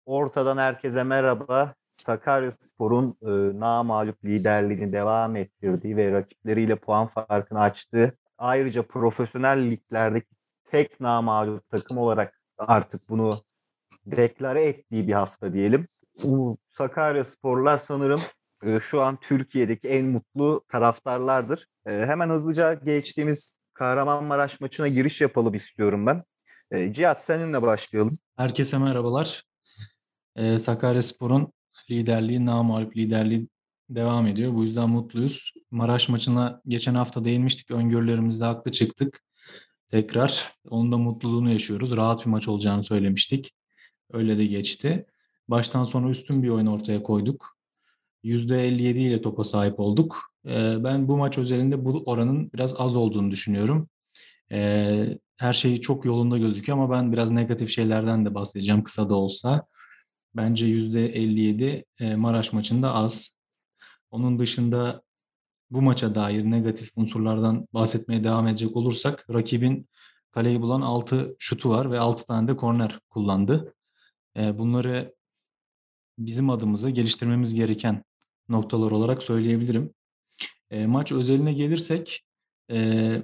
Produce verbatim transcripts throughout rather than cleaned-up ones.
Ortadan herkese merhaba. Sakaryaspor'un e, namağlup liderliğini devam ettirdiği ve rakipleriyle puan farkını açtığı, ayrıca profesyonel liglerdeki tek namağlup takım olarak artık bunu deklare ettiği bir hafta diyelim. Bu Sakaryasporlar sanırım e, şu an Türkiye'deki en mutlu taraftarlardır. E, hemen hızlıca geçtiğimiz Kahramanmaraş maçına giriş yapalım istiyorum ben. E, Cihat, seninle başlayalım. Herkese merhabalar. Ee, Sakaryaspor'un liderliği, namağlup liderliği devam ediyor. Bu yüzden mutluyuz. Maraş maçına geçen hafta değinmiştik. Öngörülerimizde haklı çıktık. Tekrar onun da mutluluğunu yaşıyoruz. Rahat bir maç olacağını söylemiştik. Öyle de geçti. Baştan sona üstün bir oyun ortaya koyduk. yüzde elli yedi ile topa sahip olduk. Ee, ben bu maç özelinde bu oranın biraz az olduğunu düşünüyorum. Ee, her şey çok yolunda gözüküyor ama ben biraz negatif şeylerden de bahsedeceğim kısa da olsa. Bence yüzde elli yedi e, Maraş maçında az. Onun dışında bu maça dair negatif unsurlardan bahsetmeye devam edecek olursak rakibin kaleyi bulan altı şutu var ve altı tane de korner kullandı. E, bunları bizim adımıza geliştirmemiz gereken noktalar olarak söyleyebilirim. E, maç özeline gelirsek e,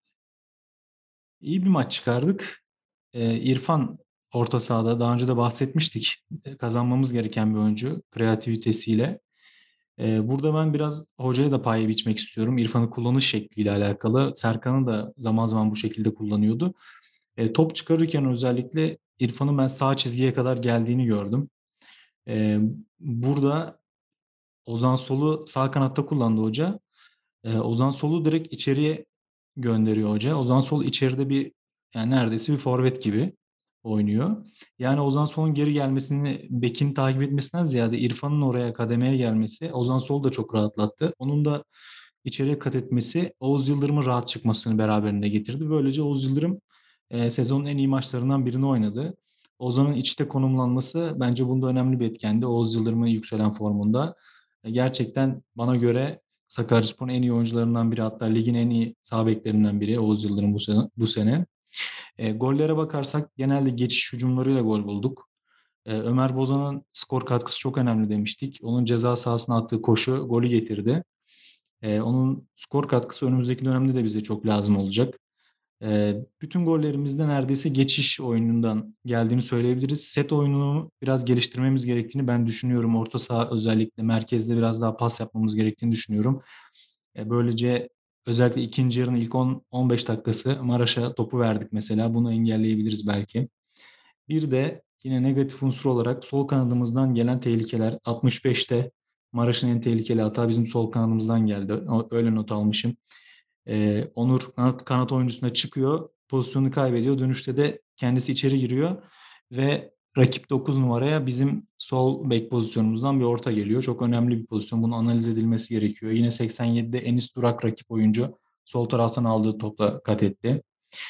iyi bir maç çıkardık. E, İrfan orta sahada daha önce de bahsetmiştik. E, kazanmamız gereken bir oyuncu kreativitesiyle. Ee, burada ben biraz hocaya da pay biçmek istiyorum. İrfan'ı kullanış şekliyle alakalı. Serkan'ı da zaman zaman bu şekilde kullanıyordu. Ee, top çıkarırken özellikle İrfan'ın ben sağ çizgiye kadar geldiğini gördüm. Ee, burada Ozan Sol'u sağ kanatta kullandı hoca. Ee, Ozan Sol'u direkt içeriye gönderiyor hoca. Ozan Sol içeride bir yani neredeyse bir forvet gibi oynuyor. Yani Ozan Sol'un geri gelmesini, bekini takip etmesinden ziyade İrfan'ın oraya kademeye gelmesi Ozan Sol'u da çok rahatlattı. Onun da içeriye kat etmesi Oğuz Yıldırım'ın rahat çıkmasını beraberinde getirdi. Böylece Oğuz Yıldırım e, sezonun en iyi maçlarından birini oynadı. Ozan'ın içte konumlanması bence bunda önemli bir etkendi. Oğuz Yıldırım'ın yükselen formunda. E, gerçekten bana göre Sakaryaspor'un en iyi oyuncularından biri, hatta ligin en iyi sağ beklerinden biri Oğuz Yıldırım bu sene. Bu sene. E, gollere bakarsak genelde geçiş hücumlarıyla gol bulduk. E, Ömer Bozan'ın skor katkısı çok önemli demiştik. Onun ceza sahasına attığı koşu golü getirdi. E, onun skor katkısı önümüzdeki dönemde de bize çok lazım olacak. E, bütün gollerimizde neredeyse geçiş oyunundan geldiğini söyleyebiliriz. Set oyununu biraz geliştirmemiz gerektiğini ben düşünüyorum. Orta saha özellikle merkezde biraz daha pas yapmamız gerektiğini düşünüyorum. E, böylece özellikle ikinci yarının ilk on on beş dakikası Maraş'a topu verdik mesela. Bunu engelleyebiliriz belki. Bir de yine negatif unsur olarak sol kanadımızdan gelen tehlikeler. altmış beşte Maraş'ın en tehlikeli hata bizim sol kanadımızdan geldi. O- Öyle not almışım. Ee, Onur kanat, kanat oyuncusuna çıkıyor. Pozisyonu kaybediyor. Dönüşte de kendisi içeri giriyor. Ve rakip dokuz numaraya bizim sol bek pozisyonumuzdan bir orta geliyor. Çok önemli bir pozisyon. Bunun analiz edilmesi gerekiyor. Yine seksen yedide Enis Durak rakip oyuncu sol taraftan aldığı topla kat etti.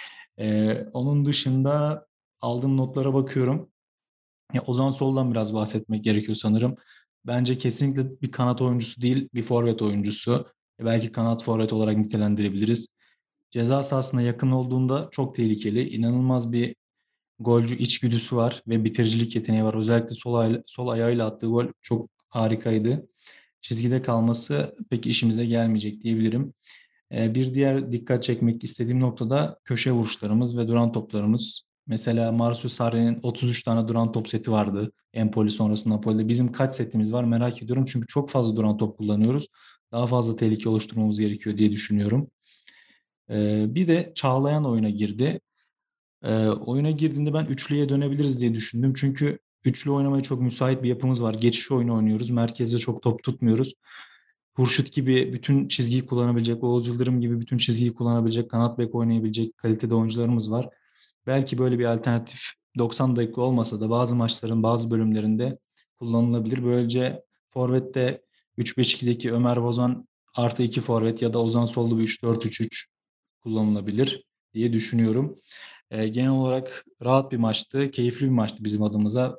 Ee, onun dışında aldığım notlara bakıyorum. Ya, Ozan Sol'dan biraz bahsetmek gerekiyor sanırım. Bence kesinlikle bir kanat oyuncusu değil, bir forvet oyuncusu. E, Belki kanat forvet olarak nitelendirebiliriz. Ceza sahasına yakın olduğunda çok tehlikeli. İnanılmaz bir golcü içgüdüsü var ve bitiricilik yeteneği var. Özellikle sol, ay- sol ayağıyla attığı gol çok harikaydı. Çizgide kalması pek işimize gelmeyecek diyebilirim. Ee, Bir diğer dikkat çekmek istediğim noktada köşe vuruşlarımız ve duran toplarımız. Mesela Marcus Sarri'nin otuz üç tane duran top seti vardı. Empoli sonrası Napoli'de. Bizim kaç setimiz var merak ediyorum. Çünkü çok fazla duran top kullanıyoruz. Daha fazla tehlike oluşturmamız gerekiyor diye düşünüyorum. Ee, Bir de Çağlayan oyuna girdi. Ee, oyuna girdiğinde ben üçlüye dönebiliriz diye düşündüm. Çünkü üçlü oynamaya çok müsait bir yapımız var. Geçiş oyunu oynuyoruz. Merkezde çok top tutmuyoruz. Hurşit gibi bütün çizgiyi kullanabilecek, Oğuz Yıldırım gibi bütün çizgiyi kullanabilecek, kanat bek oynayabilecek kalitede oyuncularımız var. Belki böyle bir alternatif doksan dakika olmasa da bazı maçların bazı bölümlerinde kullanılabilir. Böylece Forvet'te üç beş ikideki Ömer Bozan artı iki forvet ya da Ozan Sollu bir üç dört üç üç kullanılabilir diye düşünüyorum. E, genel olarak rahat bir maçtı, keyifli bir maçtı bizim adımıza.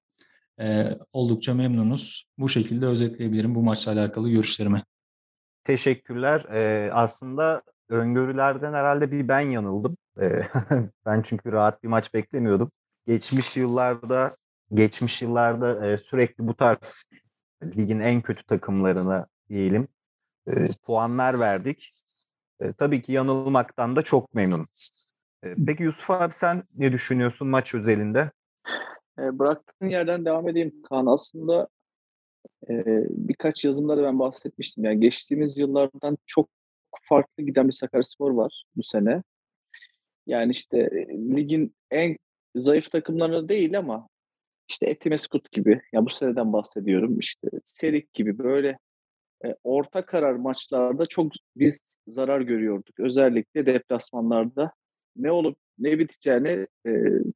E, oldukça memnunuz. Bu şekilde özetleyebilirim bu maçla alakalı görüşlerimi. Teşekkürler. Ee, aslında öngörülerden herhalde bir ben yanıldım. Ee, ben çünkü rahat bir maç beklemiyordum. Geçmiş yıllarda geçmiş yıllarda e, sürekli bu tarz ligin en kötü takımlarına diyelim e, puanlar verdik. E, tabii ki yanılmaktan da çok memnunum. E, peki Yusuf abi sen ne düşünüyorsun maç özelinde? E, bıraktığın yerden devam edeyim Kaan. Aslında e, birkaç yazımda da ben bahsetmiştim. Yani geçtiğimiz yıllardan çok farklı giden bir Sakaryaspor var bu sene. Yani işte e, ligin en zayıf takımlarına değil ama işte Etimeskut gibi, ya bu seneden bahsediyorum. İşte Serik gibi böyle e, orta karar maçlarda çok biz zarar görüyorduk. Özellikle deplasmanlarda ne olup ne biteceğini e,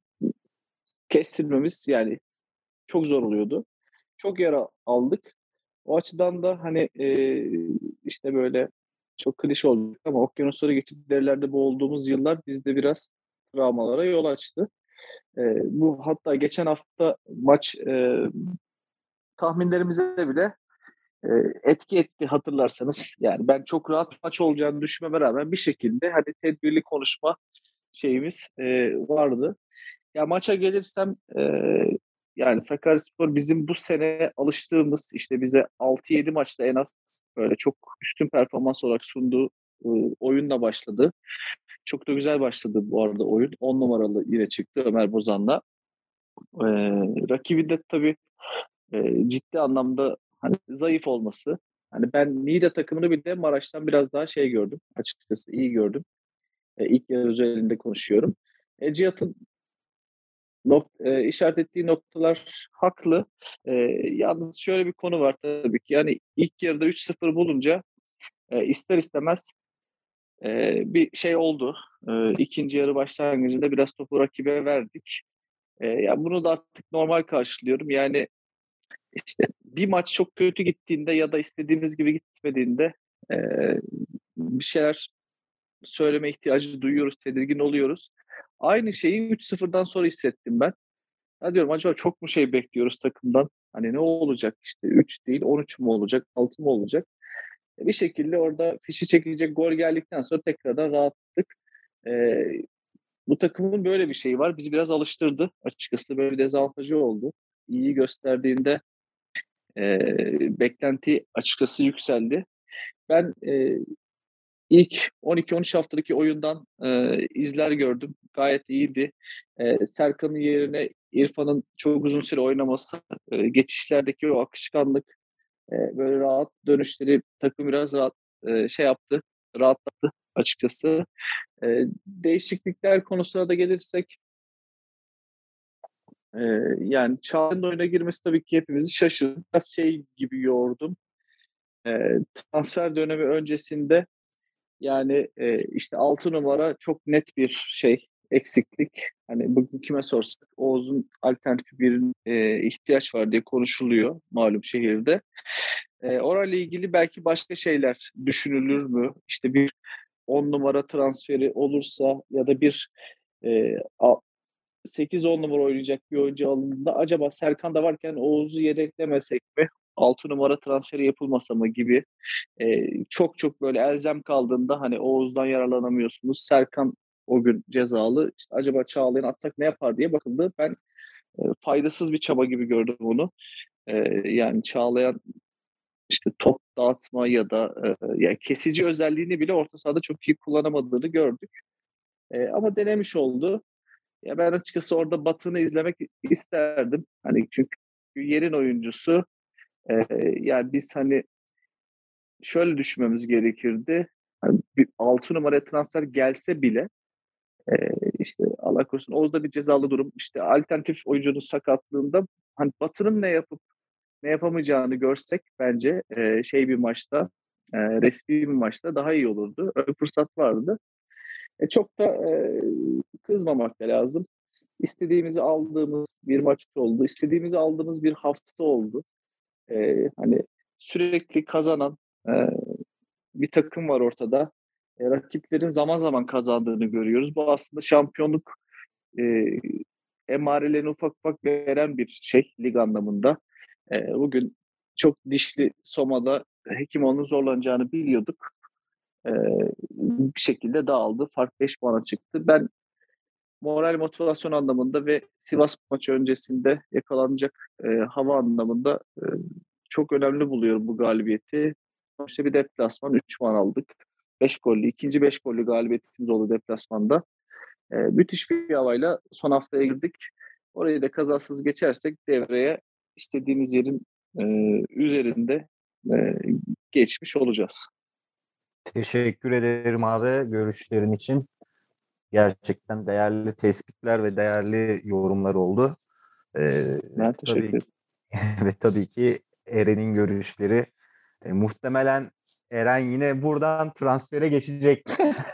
kestirmemiz yani çok zor oluyordu. Çok yara aldık. O açıdan da hani e, işte böyle çok klişe olduk ama okyanusları geçip derilerde boğulduğumuz yıllar bizde biraz travmalara yol açtı. E, bu hatta geçen hafta maç e, tahminlerimize bile e, etki etti hatırlarsanız. Yani ben çok rahat maç olacağını düşünmeme rağmen bir şekilde hani tedbirli konuşma şeyimiz e, vardı. Ya maça gelirsem e, yani Sakaryaspor bizim bu sene alıştığımız işte bize altı yedi maçta en az böyle çok üstün performans olarak sunduğu e, oyunla başladı. Çok da güzel başladı bu arada oyun. On numaralı yine çıktı Ömer Bozan'la. E, rakibi de tabii e, ciddi anlamda hani zayıf olması. Hani ben Niğde takımını bile Maraş'tan biraz daha şey gördüm. Açıkçası iyi gördüm. E, ilk yarı özelinde konuşuyorum. E, Cihat'ın nok e, işaret ettiği noktalar haklı. E, yalnız şöyle bir konu var tabii ki. Yani ilk yarıda üç sıfır bulunca e, ister istemez e, bir şey oldu. E, ikinci yarı başlangıcında biraz topu rakibe verdik. E, ya bunu da artık normal karşılıyorum. Yani işte bir maç çok kötü gittiğinde ya da istediğimiz gibi gitmediğinde e, bir şeyler söyleme ihtiyacı duyuyoruz, tedirgin oluyoruz. Aynı şeyi üç sıfırdan sonra hissettim ben. Ya diyorum acaba çok mu şey bekliyoruz takımdan? Hani ne olacak işte üç değil on üç mü olacak, altı mı olacak? E, Bir şekilde orada fişi çekecek gol geldikten sonra tekrardan rahatladık. Ee, bu takımın böyle bir şeyi var. Bizi biraz alıştırdı açıkçası. Böyle bir dezavantajı oldu. İyi gösterdiğinde e, beklenti açıkçası yükseldi. Ben e, İlk on iki on üç haftadaki oyundan e, izler gördüm. Gayet iyiydi. E, Serkan'ın yerine İrfan'ın çok uzun süre oynaması, e, geçişlerdeki o akışkanlık, e, böyle rahat dönüşleri takım biraz rahat e, şey yaptı, rahatlattı açıkçası. E, değişiklikler konusuna da gelirsek, e, yani Çağlar'ın oyuna girmesi tabii ki hepimizi şaşırttı. Biraz şey gibi yordum. E, transfer dönemi öncesinde yani e, işte altı numara çok net bir şey eksiklik. Hani bugün kime sorsak Oğuz'un alternatif bir e, ihtiyaç var diye konuşuluyor malum şehirde. E, orayla ilgili belki başka şeyler düşünülür mü? İşte bir on numara transferi olursa ya da bir e, sekiz on numara oynayacak bir oyuncu alındığında acaba Serkan da varken Oğuz'u yedeklemesek mi? altı numara transferi yapılmasa mı gibi e, çok çok böyle elzem kaldığında hani Oğuz'dan yararlanamıyorsunuz. Serkan o gün cezalı. İşte acaba Çağlayan atsak ne yapar diye bakıldı. Ben e, faydasız bir çaba gibi gördüm onu. E, yani Çağlayan işte top dağıtma ya da e, yani kesici özelliğini bile orta sahada çok iyi kullanamadığını gördük. E, ama denemiş oldu. Ya ben açıkçası orada Batı'nı izlemek isterdim. Hani çünkü yerin oyuncusu. E, yani biz hani şöyle düşünmemiz gerekirdi. Hani bir altı numaraya transfer gelse bile e, işte Allah korusun Oğuz'da bir cezalı durum. İşte alternatif oyuncunun sakatlığında hani Batı'nın ne yapıp ne yapamayacağını görsek bence e, şey bir maçta e, resmi bir maçta daha iyi olurdu. Öyle fırsat vardı. E, çok da e, kızmamak da lazım. İstediğimizi aldığımız bir maç oldu. İstediğimizi aldığımız bir hafta oldu. E, hani sürekli kazanan e, bir takım var ortada. E, rakiplerin zaman zaman kazandığını görüyoruz. Bu aslında şampiyonluk e, emarelerini ufak ufak veren bir şey lig anlamında. E, bugün çok dişli Soma'da Hekimoğlu'nun zorlanacağını biliyorduk. E, bir şekilde dağıldı. Fark beş puana çıktı. Ben moral motivasyon anlamında ve Sivas maçı öncesinde yakalanacak e, hava anlamında e, çok önemli buluyorum bu galibiyeti. İşte bir deplasman üç puan aldık. beş gollü, ikinci beş gollü galibiyetimiz oldu deplasmanda. E, müthiş bir havayla son haftaya girdik. Orayı da kazasız geçersek devreye istediğimiz yerin e, üzerinde e, geçmiş olacağız. Teşekkür ederim abi görüşlerin için. Gerçekten değerli tespitler ve değerli yorumlar oldu. Ee, Ben teşekkür ederim. Ve tabii ki Eren'in görüşleri. E, muhtemelen Eren yine buradan transfere geçecek.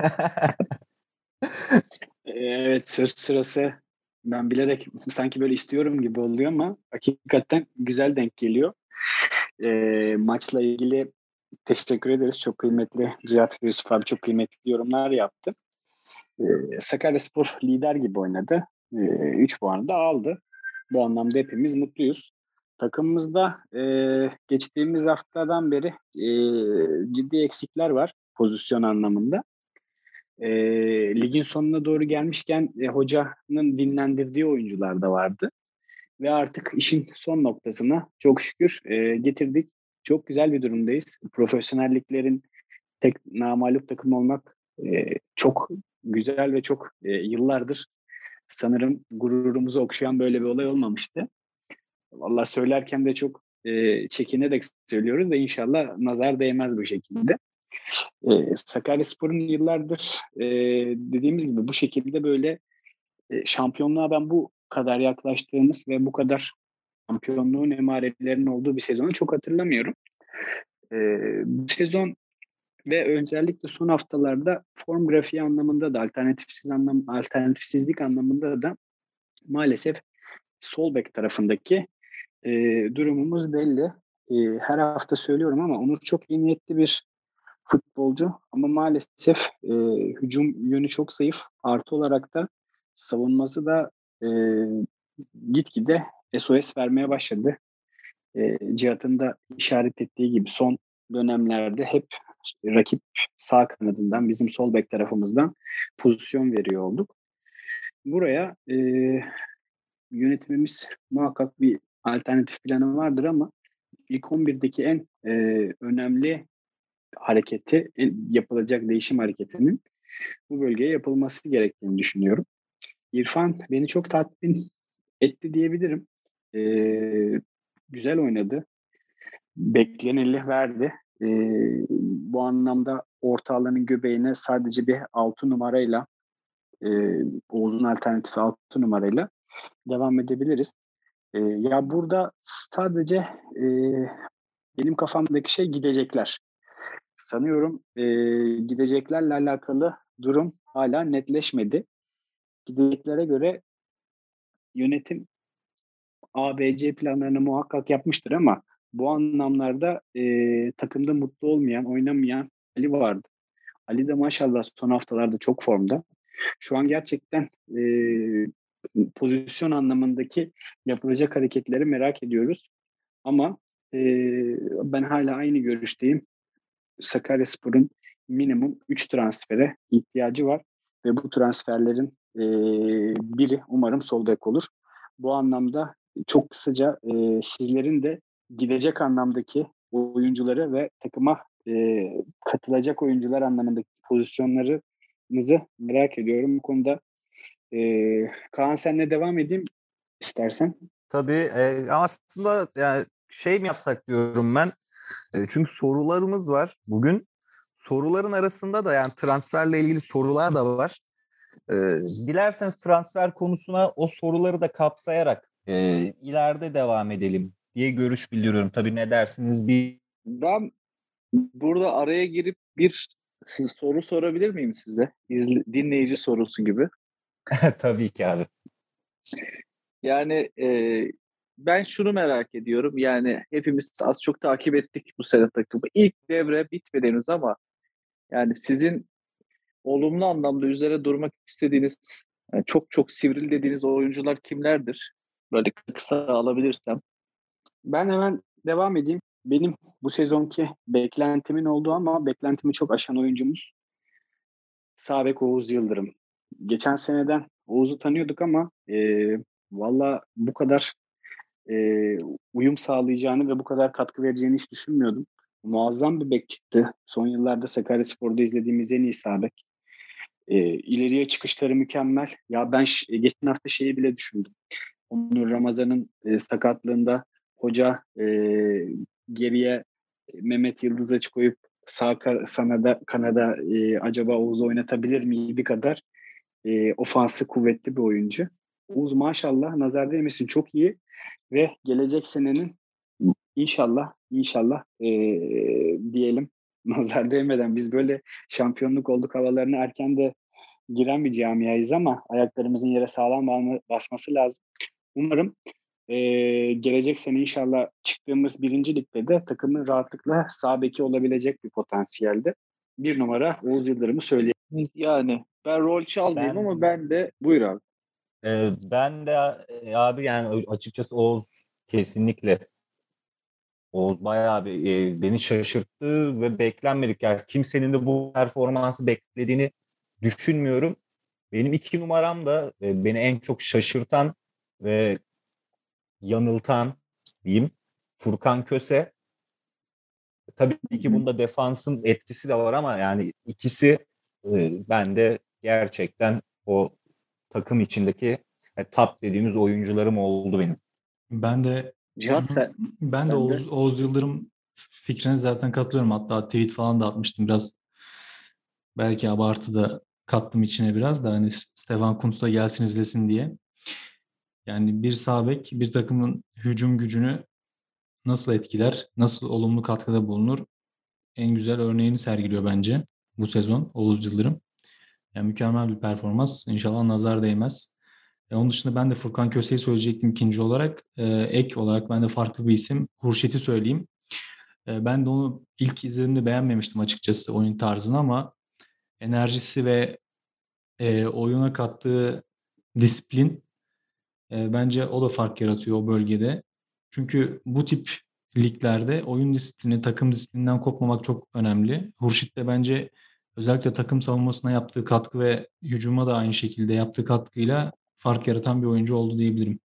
Evet, söz sırası ben bilerek sanki böyle istiyorum gibi oluyor ama hakikaten güzel denk geliyor. E, maçla ilgili teşekkür ederiz. Çok kıymetli Cihat ve Yusuf abi çok kıymetli yorumlar yaptı. E, Sakaryaspor lider gibi oynadı. üç puanı da aldı. Bu anlamda hepimiz mutluyuz. Takımımızda e, geçtiğimiz haftadan beri e, ciddi eksikler var pozisyon anlamında. E, ligin sonuna doğru gelmişken e, hocanın dinlendirdiği oyuncular da vardı. Ve artık işin son noktasına çok şükür e, getirdik. Çok güzel bir durumdayız. Profesyonelliklerin tek namağlup takım olmak e, çok güzel ve çok e, yıllardır sanırım gururumuzu okşayan böyle bir olay olmamıştı. Vallahi söylerken de çok e, çekinerek söylüyoruz da inşallah nazar değmez bu şekilde. E, Sakaryaspor'un yıllardır e, dediğimiz gibi bu şekilde böyle e, şampiyonluğa ben bu kadar yaklaştığımız ve bu kadar şampiyonluğun emarelerinin olduğu bir sezonu çok hatırlamıyorum. E, bu sezon ve özellikle son haftalarda form grafiği anlamında da alternatifsiz anlam alternatifsizlik anlamında da maalesef sol bek tarafındaki e, durumumuz belli. E, her hafta söylüyorum ama Onur çok iyi niyetli bir futbolcu ama maalesef e, hücum yönü çok zayıf. Artı olarak da savunması da e, gitgide S O S vermeye başladı. E, Cihat'ın da işaret ettiği gibi son dönemlerde hep işte rakip sağ kanadından bizim sol bek tarafımızdan pozisyon veriyor olduk. Buraya e, yönetimimiz muhakkak bir alternatif planı vardır ama ilk on birdeki en e, önemli hareketi, yapılacak değişim hareketinin bu bölgeye yapılması gerektiğini düşünüyorum. İrfan beni çok tatmin etti diyebilirim. E, güzel oynadı. Bekleneni verdi. E, bu anlamda orta alanın göbeğine sadece bir altı numarayla e, Oğuz'un alternatifi altı numarayla devam edebiliriz. E, ya burada sadece e, benim kafamdaki şey gidecekler. Sanıyorum e, gideceklerle alakalı durum hala netleşmedi. Gideceklere göre yönetim A B C planlarını muhakkak yapmıştır ama bu anlamlarda e, takımda mutlu olmayan, oynamayan Ali vardı. Ali de maşallah son haftalarda çok formda. Şu an gerçekten e, pozisyon anlamındaki yapılacak hareketleri merak ediyoruz. Ama e, ben hala aynı görüşteyim. Sakaryaspor'un minimum üç transfere ihtiyacı var ve bu transferlerin e, biri umarım sol bek olur. Bu anlamda çok kısaca e, sizlerin de gidecek anlamdaki oyuncuları ve takıma e, katılacak oyuncular anlamındaki pozisyonlarınızı merak ediyorum. Bu konuda e, Kaan senle devam edeyim istersen. Tabii e, aslında yani şey mi yapsak diyorum ben. E, çünkü sorularımız var bugün. Soruların arasında da yani transferle ilgili sorular da var. E, dilerseniz transfer konusuna o soruları da kapsayarak e, ileride devam edelim diye görüş bildiriyorum. Tabii ne dersiniz bir... Ben burada araya girip bir siz soru sorabilir miyim size? İzle, dinleyici sorusu gibi. Tabii ki abi. Yani e, ben şunu merak ediyorum. Yani hepimiz az çok takip ettik bu sene takımı. İlk devre bitmedi henüz ama yani sizin olumlu anlamda üzerine durmak istediğiniz, yani çok çok sivril dediğiniz oyuncular kimlerdir? Böyle kısa alabilirsem. Ben hemen devam edeyim. Benim bu sezonki beklentimin olduğu ama beklentimi çok aşan oyuncumuz sağ bek Oğuz Yıldırım. Geçen seneden Oğuz'u tanıyorduk ama e, valla bu kadar e, uyum sağlayacağını ve bu kadar katkı vereceğini hiç düşünmüyordum. Muazzam bir bek çıktı. Son yıllarda Sakaryaspor'da izlediğimiz en iyi sağ bek. E, ileriye çıkışları mükemmel. Ya ben ş- geçen hafta şeyi bile düşündüm. Onur Ramazan'ın e, sakatlığında hoca e, geriye Mehmet Yıldız'ı koyup sağ ka- sanada, kanada e, acaba Oğuz'u oynatabilir miydi kadar e, ofansı kuvvetli bir oyuncu. Oğuz maşallah nazar değmesin çok iyi ve gelecek senenin inşallah inşallah e, diyelim nazar değmeden biz böyle şampiyonluk olduk havalarına erken de giren bir camiayız ama ayaklarımızın yere sağlam basması lazım. Umarım e, gelecek sene inşallah çıktığımız birinci ligde de takımın rahatlıkla sağ beki olabilecek bir potansiyelde. Bir numara Oğuz Yıldırım'ı söyleyeyim. Yani ben rol çalmayayım Ben ama ben de buyur abi. e, ben de e, abi yani açıkçası Oğuz kesinlikle Oğuz bayağı bir, e, beni şaşırttı ve beklenmedik. Yani kimsenin de bu performansı beklediğini düşünmüyorum. Benim iki numaram da e, beni en çok şaşırtan ve yanıltan diyeyim Furkan Köse. Tabii ki bunda defansın etkisi de var ama yani ikisi e, bende gerçekten o takım içindeki e, top dediğimiz oyuncularım oldu benim. Ben de Cihat sen ben de ben Oğuz, de Oğuz Yıldırım fikrine zaten katılıyorum. Hatta tweet falan da atmıştım. Biraz belki abartı da kattım içine biraz da hani Stefan Kuntz da gelsin izlesin diye. Yani bir sağ bek bir takımın hücum gücünü nasıl etkiler, nasıl olumlu katkıda bulunur en güzel örneğini sergiliyor bence bu sezon Oğuz Yıldırım. Yani mükemmel bir performans. İnşallah nazar değmez. E onun dışında ben de Furkan Köse'yi söyleyecektim ikinci olarak. E, ek olarak ben de farklı bir isim. Hurşit'i söyleyeyim. E, ben de onu ilk izlediğimde beğenmemiştim açıkçası oyun tarzını ama enerjisi ve e, oyuna kattığı disiplin e, bence o da fark yaratıyor o bölgede. Çünkü bu tip liglerde oyun disiplini, takım disiplininden kopmamak çok önemli. Hurşit de bence özellikle takım savunmasına yaptığı katkı ve hücuma da aynı şekilde yaptığı katkıyla fark yaratan bir oyuncu oldu diyebilirim.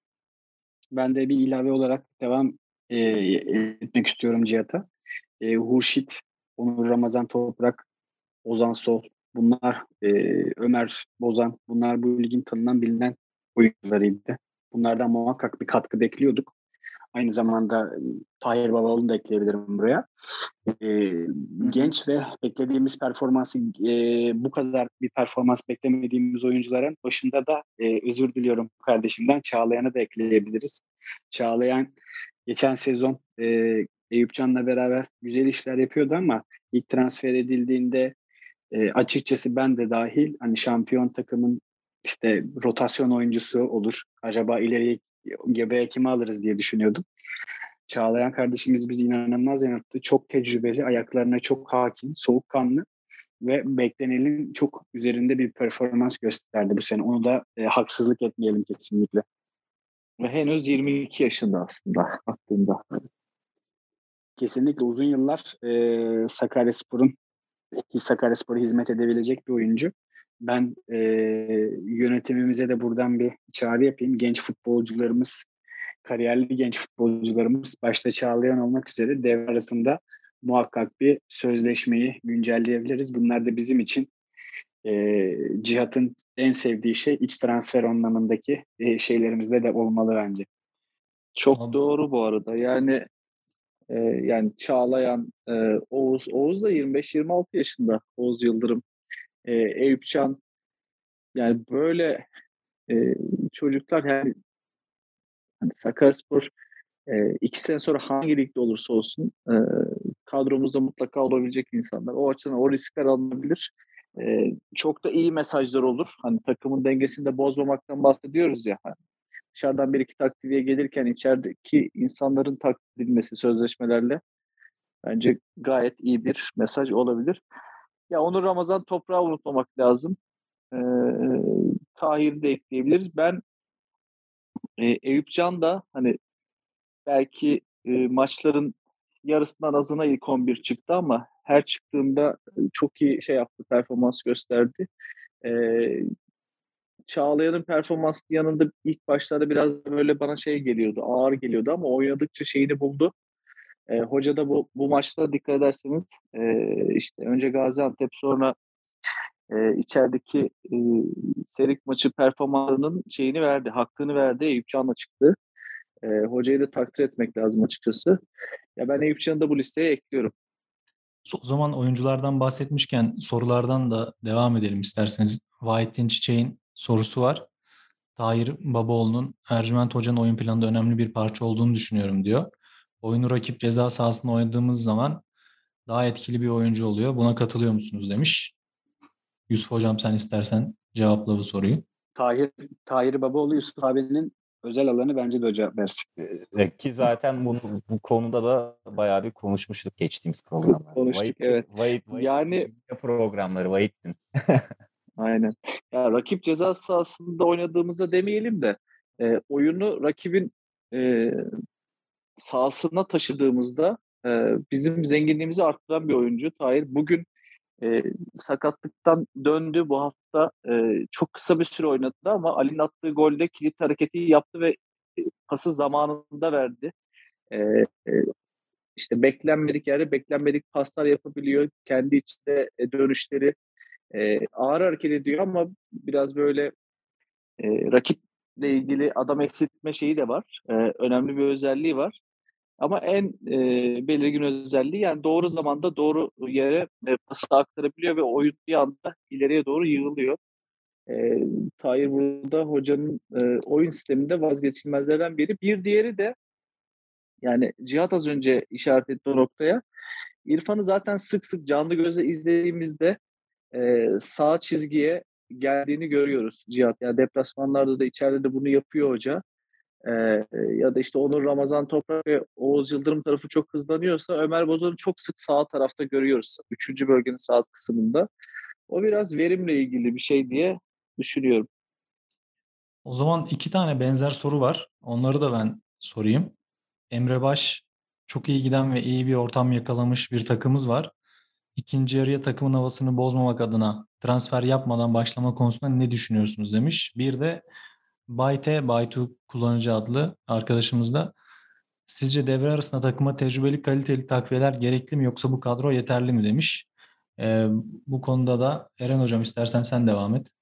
Ben de bir ilave olarak devam e, etmek istiyorum Cihat'a. E, Hurşit, Onur Ramazan Toprak, Ozan Sol, bunlar e, Ömer Bozan, bunlar bu ligin tanınan bilinen oyuncularıydı. Bunlardan muhakkak bir katkı bekliyorduk. Aynı zamanda Tahir Babaoğlu'nu da ekleyebilirim buraya. E, genç ve beklediğimiz performansı e, bu kadar bir performans beklemediğimiz oyuncuların başında da e, özür diliyorum kardeşimden Çağlayan'ı da ekleyebiliriz. Çağlayan geçen sezon e, Eyüp Can'la beraber güzel işler yapıyordu ama ilk transfer edildiğinde e, açıkçası ben de dahil hani şampiyon takımın işte rotasyon oyuncusu olur. Acaba ileriye gebeye kimi alırız diye düşünüyordum. Çağlayan kardeşimiz bizi inanılmaz yanılttı. Çok tecrübeli, ayaklarına çok hakim, soğukkanlı ve beklenenin çok üzerinde bir performans gösterdi bu sene. Onu da e, haksızlık etmeyelim kesinlikle. ve henüz yirmi iki yaşında aslında aklımda. Kesinlikle uzun yıllar e, Sakaryaspor'un Sakaryaspor'a hizmet edebilecek bir oyuncu. Ben e, yönetimimize de buradan bir çağrı yapayım. Genç futbolcularımız, kariyerli genç futbolcularımız başta Çağlayan olmak üzere devre arasında muhakkak bir sözleşmeyi güncelleyebiliriz. Bunlar da bizim için e, Cihat'ın en sevdiği şey iç transfer anlamındaki e, şeylerimizde de olmalı bence. Çok Abi, doğru bu arada. Yani e, yani Çağlayan, e, Oğuz, Oğuz da yirmi beş yirmi altı yaşında. Oğuz Yıldırım, e, Eyüp Can, yani böyle e, çocuklar yani hani Sakaryaspor e, iki sene sonra hangi ligde olursa olsun e, kadromuzda mutlaka olabilecek insanlar. O açıdan o riskler alınabilir. E, çok da iyi mesajlar olur. Hani takımın dengesini de bozmamaktan bahsediyoruz ya. Hani dışarıdan bir iki takviye gelirken içerideki insanların takip edilmesi sözleşmelerle bence gayet iyi bir mesaj olabilir. Ya onu Ramazan Toprağı unutmamak lazım. E, Tahir'i de ekleyebiliriz. Ben e, Eyüp Can da hani belki e, maçların yarısından azına ilk on bir çıktı ama her çıktığında çok iyi şey yaptı, performans gösterdi. E, Çağlayan'ın performansı yanında ilk başlarda biraz böyle bana şey geliyordu, ağır geliyordu ama oynadıkça şeyini buldu. E, hoca da bu, bu maçta dikkat ederseniz e, işte önce Gaziantep sonra e, içerideki e, Serik maçı performansının şeyini verdi, hakkını verdi. Eyüp Can'la çıktı. E, hocayı da takdir etmek lazım açıkçası. Ya ben Eyüp Can'ı da bu listeye ekliyorum. O zaman oyunculardan bahsetmişken sorulardan da devam edelim isterseniz. Vahittin Çiçek'in sorusu var. Tahir Babaoğlu'nun Ercüment Hoca'nın oyun planında önemli bir parça olduğunu düşünüyorum diyor. Oyunu rakip ceza sahasında oynadığımız zaman daha etkili bir oyuncu oluyor. Buna katılıyor musunuz demiş. Yusuf Hocam sen istersen cevapla bu soruyu. Tahir, Tahir Babaoğlu Yusuf abinin özel alanı, bence de o cevap versin. E, Ki zaten bu, bu konuda da bayağı bir konuşmuştuk geçtiğimiz programlarda. Konuştuk, Vahittin, evet. Vahit, Vahittin Yani programları Vahittin. aynen. Ya rakip ceza sahasında oynadığımızda demeyelim de e, oyunu rakibin e, sahasına taşıdığımızda e, bizim zenginliğimizi arttıran bir oyuncu Tahir. Bugün e, sakatlıktan döndü bu hafta. E, çok kısa bir süre oynadı ama Ali'nin attığı golde kilit hareketi yaptı ve e, pası zamanında verdi. E, e, işte beklenmedik yerde beklenmedik paslar yapabiliyor. Kendi içinde e, dönüşleri e, ağır hareket ediyor ama biraz böyle e, rakiple ilgili adam eksiltme şeyi de var. E, önemli bir özelliği var. Ama en e, belirgin özelliği yani doğru zamanda doğru yere e, pası aktarabiliyor ve oyun bir anda ileriye doğru yığılıyor. E, Tahir burada hocanın e, oyun sisteminde vazgeçilmezlerden biri. Bir diğeri de yani Cihat az önce işaret etti o noktaya. İrfan'ı zaten sık sık canlı gözle izlediğimizde e, sağ çizgiye geldiğini görüyoruz Cihat. Yani deplasmanlarda da içeride de bunu yapıyor hoca. Ee, ya da işte Onur Ramazan Toprak ve Oğuz Yıldırım tarafı çok hızlanıyorsa Ömer Bozan'ı çok sık sağ tarafta görüyoruz. Üçüncü bölgenin sağ kısmında. O biraz verimle ilgili bir şey diye düşünüyorum. O zaman iki tane benzer soru var. Onları da ben sorayım. Emre Baş, çok iyi giden ve iyi bir ortam yakalamış bir takımımız var. İkinci yarıya takımın havasını bozmamak adına transfer yapmadan başlama konusunda ne düşünüyorsunuz demiş. Bir de Bayte, Baytu kullanıcı adlı arkadaşımız da sizce devre arasında takıma tecrübeli kaliteli takviyeler gerekli mi yoksa bu kadro yeterli mi demiş. Ee, bu konuda da Eren Hocam istersen sen devam et.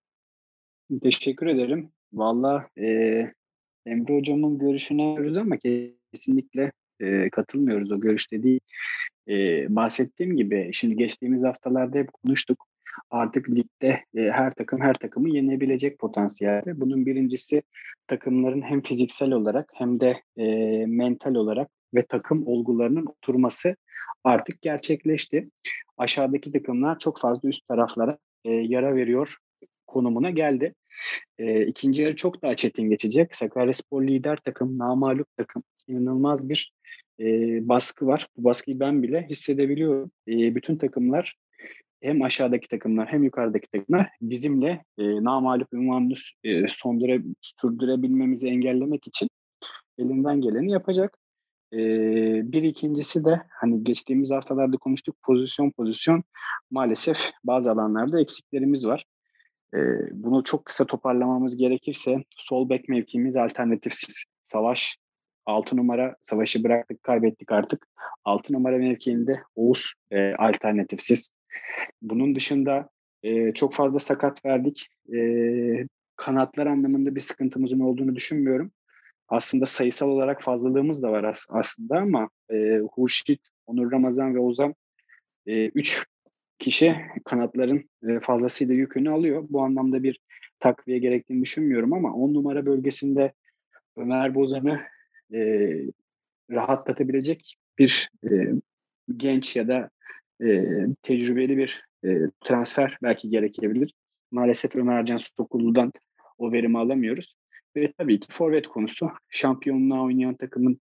Teşekkür ederim. Valla e, Emre Hocam'ın görüşüne görüyoruz ama kesinlikle e, katılmıyoruz o görüşte değil. E, bahsettiğim gibi şimdi geçtiğimiz haftalarda hep konuştuk. Artık ligde e, her takım her takımı yenebilecek potansiyelde. Bunun birincisi takımların hem fiziksel olarak hem de e, mental olarak ve takım olgularının oturması artık gerçekleşti. Aşağıdaki takımlar çok fazla üst taraflara e, yara veriyor konumuna geldi. E, ikinci yarı çok daha çetin geçecek. Sakaryaspor lider takım, namağlup takım. İnanılmaz bir e, baskı var. Bu baskıyı ben bile hissedebiliyorum. E, bütün takımlar, hem aşağıdaki takımlar hem yukarıdaki takımlar bizimle e, namağlup ünvanını e, sondura, sürdürebilmemizi engellemek için elinden geleni yapacak. E, bir ikincisi de hani geçtiğimiz haftalarda konuştuk, pozisyon pozisyon maalesef bazı alanlarda eksiklerimiz var. E, bunu çok kısa toparlamamız gerekirse sol bek mevkimiz alternatifsiz. Savaş altı numara, Savaşı bıraktık, kaybettik artık. altı numara mevkiinde Oğuz e, alternatifsiz. Bunun dışında e, çok fazla sakat verdik. E, kanatlar anlamında bir sıkıntımızın olduğunu düşünmüyorum. Aslında sayısal olarak fazlalığımız da var as- aslında ama e, Hurşit, Onur Ramazan ve Ozan e, üç kişi kanatların e, fazlasıyla yükünü alıyor. Bu anlamda bir takviye gerektiğini düşünmüyorum ama on numara bölgesinde Ömer Bozan'ı e, rahatlatabilecek bir e, genç ya da e, tecrübeli bir e, transfer belki gerekebilir. Maalesef Ömer Can Sokulu'dan o verimi alamıyoruz. Ve tabii ki forvet konusu. Şampiyonluğa oynayan takımın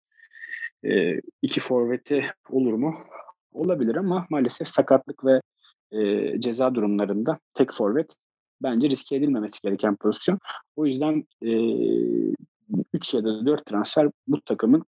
e, iki forveti olur mu? Olabilir ama maalesef sakatlık ve e, ceza durumlarında tek forvet bence riske edilmemesi gereken pozisyon. O yüzden e, üç ya da dört transfer bu takımın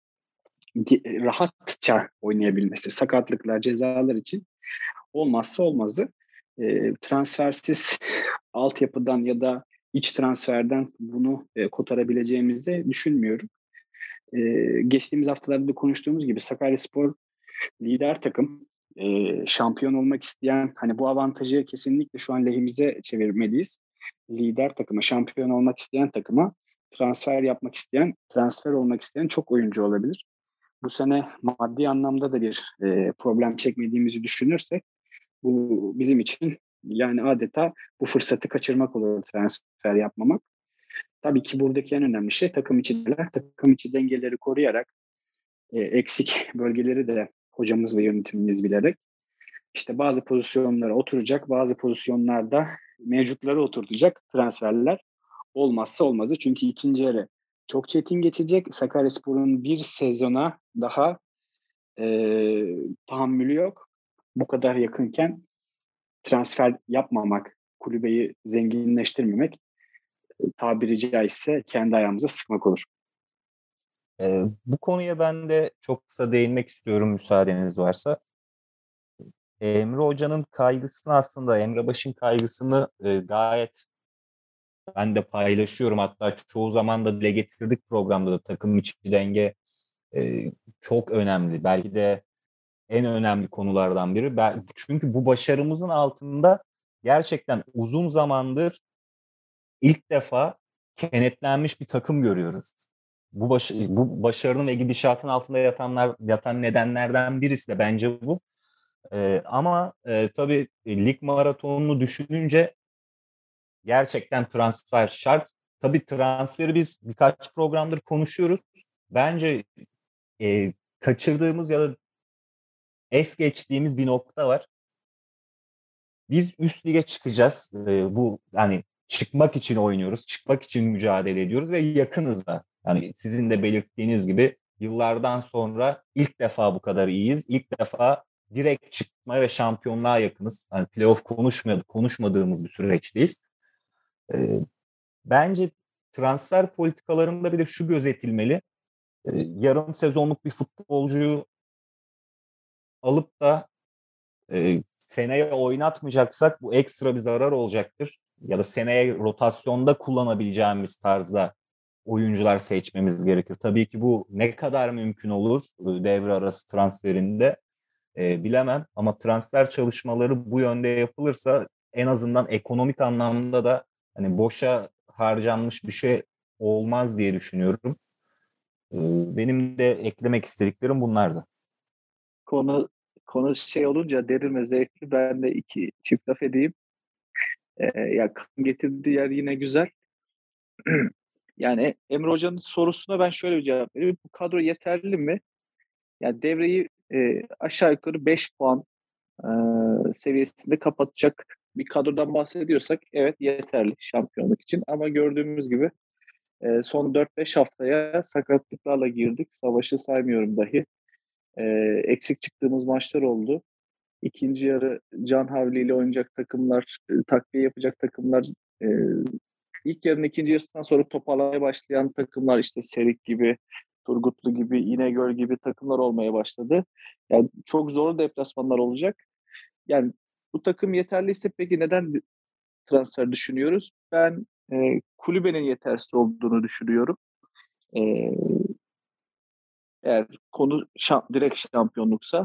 rahatça oynayabilmesi, sakatlıklar, cezalar için olmazsa olmazı. E, transfersiz altyapıdan ya da iç transferden bunu e, kotarabileceğimizi düşünmüyorum. E, geçtiğimiz haftalarda da konuştuğumuz gibi Sakaryaspor lider takım. E, şampiyon olmak isteyen, hani bu avantajı kesinlikle şu an lehimize çevirmeliyiz. Lider takıma, şampiyon olmak isteyen takıma transfer yapmak isteyen, transfer olmak isteyen çok oyuncu olabilir. Bu sene maddi anlamda da bir e, problem çekmediğimizi düşünürsek bu bizim için yani adeta bu fırsatı kaçırmak olur, transfer yapmamak. Tabii ki buradaki en önemli şey takım içi dengeler. Takım içi dengeleri koruyarak e, eksik bölgeleri de hocamız ve yönetimimiz bilerek işte bazı pozisyonlara oturacak, bazı pozisyonlarda mevcutları oturtacak transferler olmazsa olmazı. Çünkü ikinci yarı çok çetin geçecek. Sakaryaspor'un bir sezona daha e, tahammülü yok. Bu kadar yakınken transfer yapmamak, kulübeyi zenginleştirmemek tabiri caizse kendi ayağımıza sıkmak olur. Ee, bu konuya ben de çok kısa değinmek istiyorum müsaadeniz varsa. Emre Hoca'nın kaygısını aslında, Emre Baş'ın kaygısını e, gayet ben de paylaşıyorum. Hatta çoğu zaman da dile getirdik programda da takım içi denge e, çok önemli. Belki de en önemli konulardan biri. Ben, çünkü bu başarımızın altında gerçekten uzun zamandır ilk defa kenetlenmiş bir takım görüyoruz. Bu, baş, bu başarının ve gidişatın altında yatanlar, yatan nedenlerden birisi de bence bu. Ee, ama e, tabii e, lig maratonunu düşününce gerçekten transfer şart. Tabii transferi biz birkaç programdır konuşuyoruz. Bence e, kaçırdığımız ya da es geçtiğimiz bir nokta var. Biz üst lige çıkacağız. E, bu yani çıkmak için oynuyoruz, çıkmak için mücadele ediyoruz ve yakınız da. Yani sizin de belirttiğiniz gibi yıllardan sonra ilk defa bu kadar iyiyiz. İlk defa direkt çıkmaya ve şampiyonluğa yakınız. Yani playoff konuşmadı, konuşmadığımız bir süreçteyiz. E, bence transfer politikalarında bir de şu gözetilmeli. E, yarım sezonluk bir futbolcuyu alıp da e, seneye oynatmayacaksak bu ekstra bir zarar olacaktır. Ya da seneye rotasyonda kullanabileceğimiz tarzda oyuncular seçmemiz gerekir. Tabii ki bu ne kadar mümkün olur devre arası transferinde e, bilemem. Ama transfer çalışmaları bu yönde yapılırsa en azından ekonomik anlamda da hani boşa harcanmış bir şey olmaz diye düşünüyorum. E, benim de eklemek istediklerim bunlardı. Konu konu şey olunca derin ve zevkli. Ben de iki çift laf edeyim. Ee, ya kan getirdiği yer yine güzel. Yani Emre Hoca'nın sorusuna ben şöyle bir cevap vereyim. Bu kadro yeterli mi? Yani devreyi e, aşağı yukarı beş puan e, seviyesinde kapatacak bir kadrodan bahsediyorsak evet yeterli şampiyonluk için. Ama gördüğümüz gibi e, son dört beş haftaya sakatlıklarla girdik. Savaşı saymıyorum dahi. E, eksik çıktığımız maçlar oldu. İkinci yarı can havliyle oynayacak takımlar, e, takviye yapacak takımlar, e, ilk yarının ikinci yarısından sonra toparlamaya başlayan takımlar işte Serik gibi, Turgutlu gibi, İnegöl gibi takımlar olmaya başladı. Yani çok zor deplasmanlar olacak. Yani bu takım yeterliyse peki neden transfer düşünüyoruz? Ben e, kulübenin yetersiz olduğunu düşünüyorum. E, eğer konu şam, direkt şampiyonluksa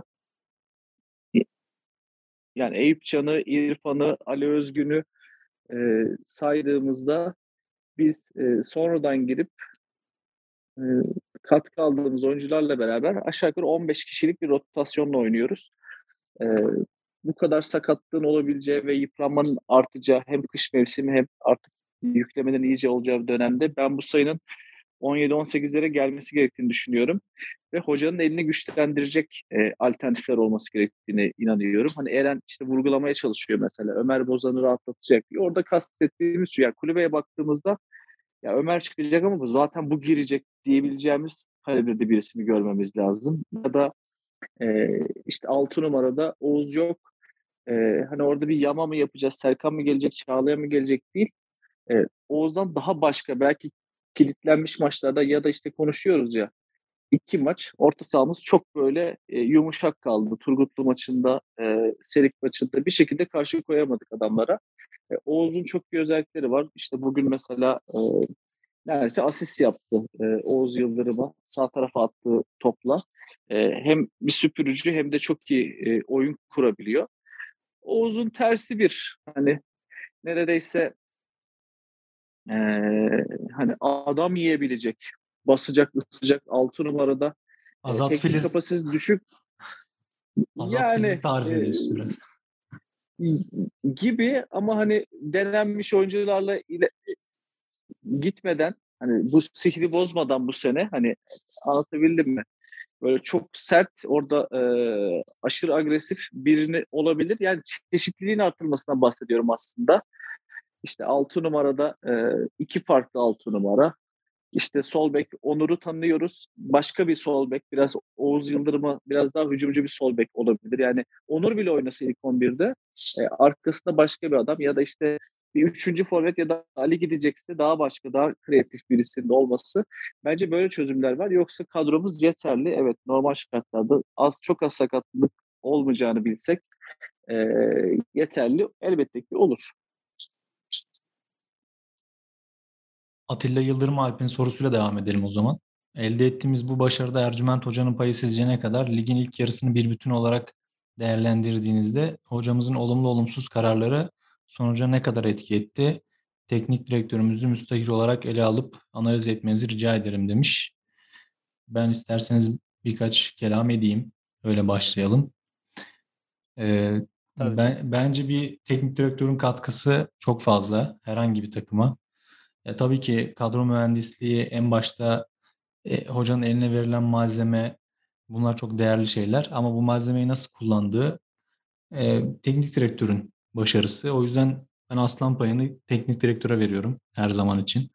yani Eyüp Can'ı, İrfan'ı, Ali Özgün'ü e, saydığımızda biz e, sonradan girip e, katkı aldığımız oyuncularla beraber aşağı yukarı on beş kişilik bir rotasyonla oynuyoruz. E, bu kadar sakatlığın olabileceği ve yıpranmanın artacağı hem kış mevsimi hem artık yüklemeden iyice olacağı dönemde ben bu sayının on yedi on sekizlere gelmesi gerektiğini düşünüyorum. Ve hocanın elini güçlendirecek e, alternatifler olması gerektiğine inanıyorum. Hani Eren işte vurgulamaya çalışıyor mesela. Ömer Bozan'ı rahatlatacak. Orada kastettiğimiz şu. Yani kulübeye baktığımızda ya Ömer çıkacak ama bu zaten bu girecek diyebileceğimiz kalibrede birisini görmemiz lazım. Ya da e, işte altı numarada Oğuz yok. E, hani orada bir yama mı yapacağız? Serkan mı gelecek? Çağlayan mı gelecek değil. E, Oğuz'dan daha başka belki kilitlenmiş maçlarda ya da işte konuşuyoruz ya iki maç orta sahamız çok böyle e, yumuşak kaldı. Turgutlu maçında, e, Serik maçında bir şekilde karşı koyamadık adamlara. E, Oğuz'un çok bir özellikleri var. İşte bugün mesela e, neredeyse asist yaptı e, Oğuz Yıldırım'a sağ tarafa attığı topla. E, hem bir süpürücü hem de çok iyi e, oyun kurabiliyor. Oğuz'un tersi bir hani neredeyse e, hani adam yiyebilecek, basacak, ısıcak altı numarada e, Azat teknik Filiz kapasitesi düşük Azat Filiz'i yani tarif e, ediyorsun biraz. gibi ama hani denenmiş oyuncularla ile gitmeden hani bu sihri bozmadan bu sene hani anlatabildim mi? Böyle çok sert orada e, aşırı agresif birini olabilir. Yani çeşitliliğin artırmasından bahsediyorum aslında. İşte altı numarada e, iki farklı altı numara. İşte sol bek Onur'u tanıyoruz. Başka bir sol bek biraz Oğuz Yıldırım'a biraz daha hücumcu bir sol bek olabilir. Yani Onur bile oynasa ilk on birde e, arkasında başka bir adam ya da işte bir üçüncü forvet ya da Ali gidecekse daha başka daha kreatif birisinin olması. Bence böyle çözümler var. Yoksa kadromuz yeterli. Evet normal şartlarda az çok az sakatlık olmayacağını bilsek e, yeterli. Elbette ki olur. Atilla Yıldırım Alp'in sorusuyla devam edelim o zaman. Elde ettiğimiz bu başarıda Ercüment Hoca'nın payı sizce ne kadar? Ligin ilk yarısını bir bütün olarak değerlendirdiğinizde hocamızın olumlu olumsuz kararları sonuca ne kadar etki etti? Teknik direktörümüzü müstakil olarak ele alıp analiz etmenizi rica ederim demiş. Ben isterseniz birkaç kelam edeyim. Öyle başlayalım. Ee, Tabii tabii. ben, bence bir teknik direktörün katkısı çok fazla herhangi bir takıma. E, tabii ki kadro mühendisliği en başta e, hocanın eline verilen malzeme bunlar çok değerli şeyler ama bu malzemeyi nasıl kullandığı e, teknik direktörün başarısı. O yüzden ben aslan payını teknik direktöre veriyorum her zaman için.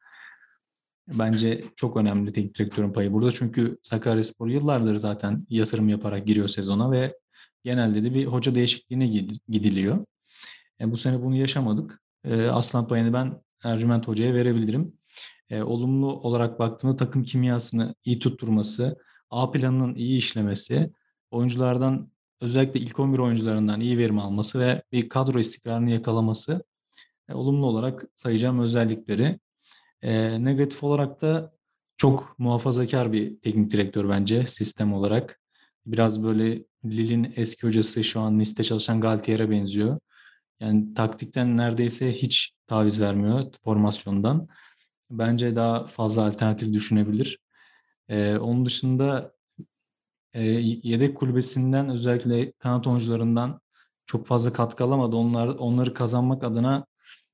Bence çok önemli teknik direktörün payı burada çünkü Sakaryaspor yıllardır zaten yatırım yaparak giriyor sezona ve genelde de bir hoca değişikliğine gidiliyor. E, bu sene bunu yaşamadık. E, aslan payını ben Ercüment Hoca'ya verebilirim. E, olumlu olarak baktığımda takım kimyasını iyi tutturması, A planının iyi işlemesi, oyunculardan özellikle ilk on bir oyuncularından iyi verim alması ve bir kadro istikrarını yakalaması e, olumlu olarak sayacağım özellikleri. E, negatif olarak da çok muhafazakar bir teknik direktör bence sistem olarak. Biraz böyle Lille'in eski hocası şu an Nice'te çalışan Galtier'e benziyor. Yani taktikten neredeyse hiç taviz vermiyor formasyondan. Bence daha fazla alternatif düşünebilir. Ee, onun dışında e, yedek kulübesinden özellikle kanat oyuncularından çok fazla katkı alamadı. Onlar, onları kazanmak adına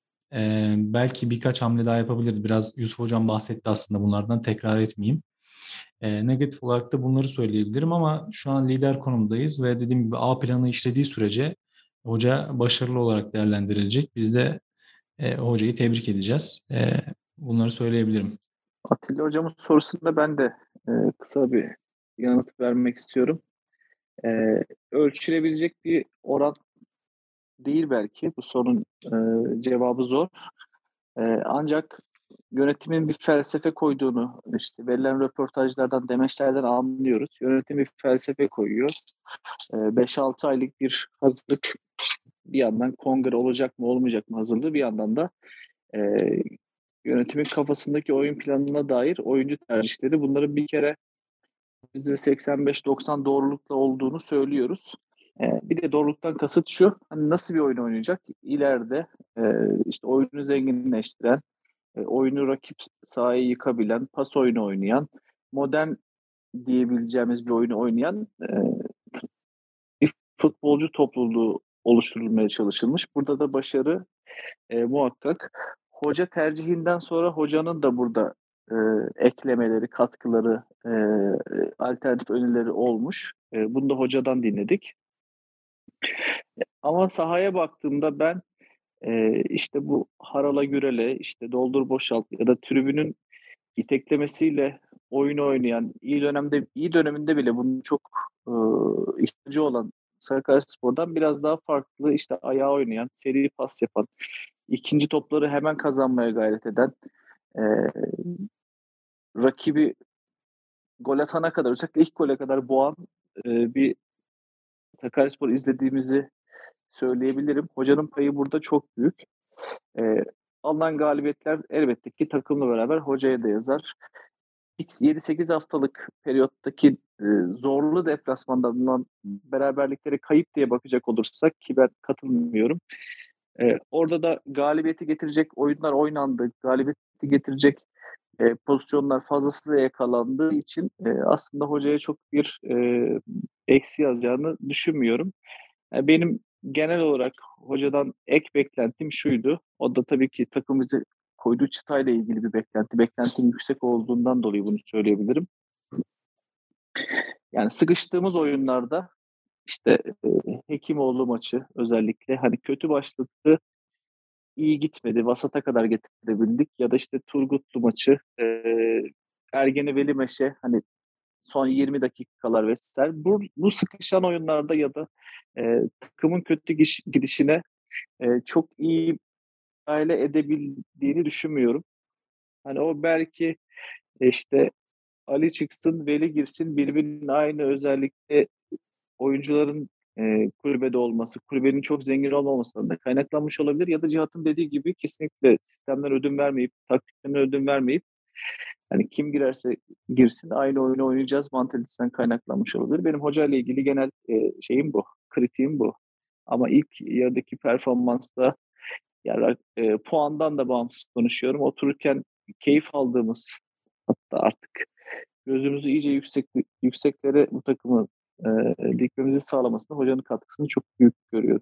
e, belki birkaç hamle daha yapabilirdi. Biraz Yusuf Hocam bahsetti aslında bunlardan tekrar etmeyeyim. E, negatif olarak da bunları söyleyebilirim ama şu an lider konumdayız ve dediğim gibi A planı işlediği sürece hoca başarılı olarak değerlendirilecek. Biz de e, hocayı tebrik edeceğiz. E, bunları söyleyebilirim. Atilla Hocam'ın sorusunda ben de e, kısa bir yanıt vermek istiyorum. E, ölçülebilecek bir oran değil belki. Bu sorunun e, cevabı zor. E, ancak yönetimin bir felsefe koyduğunu işte verilen röportajlardan, demeçlerden anlıyoruz. Yönetim bir felsefe koyuyor. E, beş altı aylık bir hazırlık bir yandan kongre olacak mı olmayacak mı hazırlığı bir yandan da e, yönetimin kafasındaki oyun planına dair oyuncu tercihleri bunların bir kere yüzde seksen beş doksan doğrulukla olduğunu söylüyoruz. Ee, bir de doğruluktan kasıt şu, hani nasıl bir oyun oynayacak? İleride e, işte oyunu zenginleştiren, e, oyunu rakip sahayı yıkabilen, pas oyunu oynayan, modern diyebileceğimiz bir oyunu oynayan e, bir futbolcu topluluğu oluşturulmaya çalışılmış. Burada da başarı e, muhakkak. Hoca tercihinden sonra hocanın da burada e, eklemeleri, katkıları, e, alternatif önerileri olmuş. E, bunu da hocadan dinledik. Ama sahaya baktığımda ben e, işte bu harala gürele, işte doldur boşalt ya da tribünün iteklemesiyle oyun oynayan, iyi dönemde iyi döneminde bile bunun çok e, ihtiyacı olan Sakaryaspor'dan biraz daha farklı işte ayağa oynayan, seri pas yapan, ikinci topları hemen kazanmaya gayret eden, e, rakibi gol atana kadar, özellikle ilk gole kadar boğan e, bir Sakaryaspor izlediğimizi söyleyebilirim. Hocanın payı burada çok büyük. E, alınan galibiyetler elbette ki takımla beraber hocaya da yazar. yedi sekiz haftalık periyottaki e, zorlu deplasmanda bulunan beraberlikleri kayıp diye bakacak olursak, ki ben katılmıyorum. E, orada da galibiyeti getirecek oyunlar oynandı. Galibiyeti getirecek e, pozisyonlar fazlasıyla yakalandığı için e, aslında hocaya çok bir e, eksi yazacağını düşünmüyorum. Yani benim genel olarak hocadan ek beklentim şuydu. O da tabii ki takımımızı koyduğu çıtayla ilgili bir beklenti. Beklentim yüksek olduğundan dolayı bunu söyleyebilirim. Yani sıkıştığımız oyunlarda işte e, Hekimoğlu maçı özellikle hani kötü başladı, iyi gitmedi. Vasata kadar getirebildik. Ya da işte Turgutlu maçı, e, Ergeni Veli Meşe, hani son yirmi dakikalar vesaire. Bu, bu sıkışan oyunlarda ya da e, takımın kötü giş, gidişine e, çok iyi müdahale edebildiğini düşünmüyorum. Hani o belki e, işte Ali çıksın, Veli girsin, birbirinin aynı özellikle oyuncuların e, kulübede olması, kulübenin çok zengin olmamasından da kaynaklanmış olabilir. Ya da Cihat'ın dediği gibi kesinlikle sistemden ödün vermeyip, taktikten ödün vermeyip, hani kim girerse girsin aynı oyunu oynayacağız mantalitesinden kaynaklanmış olabilir. Benim hocayla ilgili genel e, şeyim bu, kritiğim bu. Ama ilk yarıdaki performansta, yani e, puandan da bağımsız konuşuyorum. Otururken keyif aldığımız, hatta artık gözümüzü iyice yüksek yükseklere bu takımı e, dikmemizi sağlamasında hocanın katkısını çok büyük görüyorum.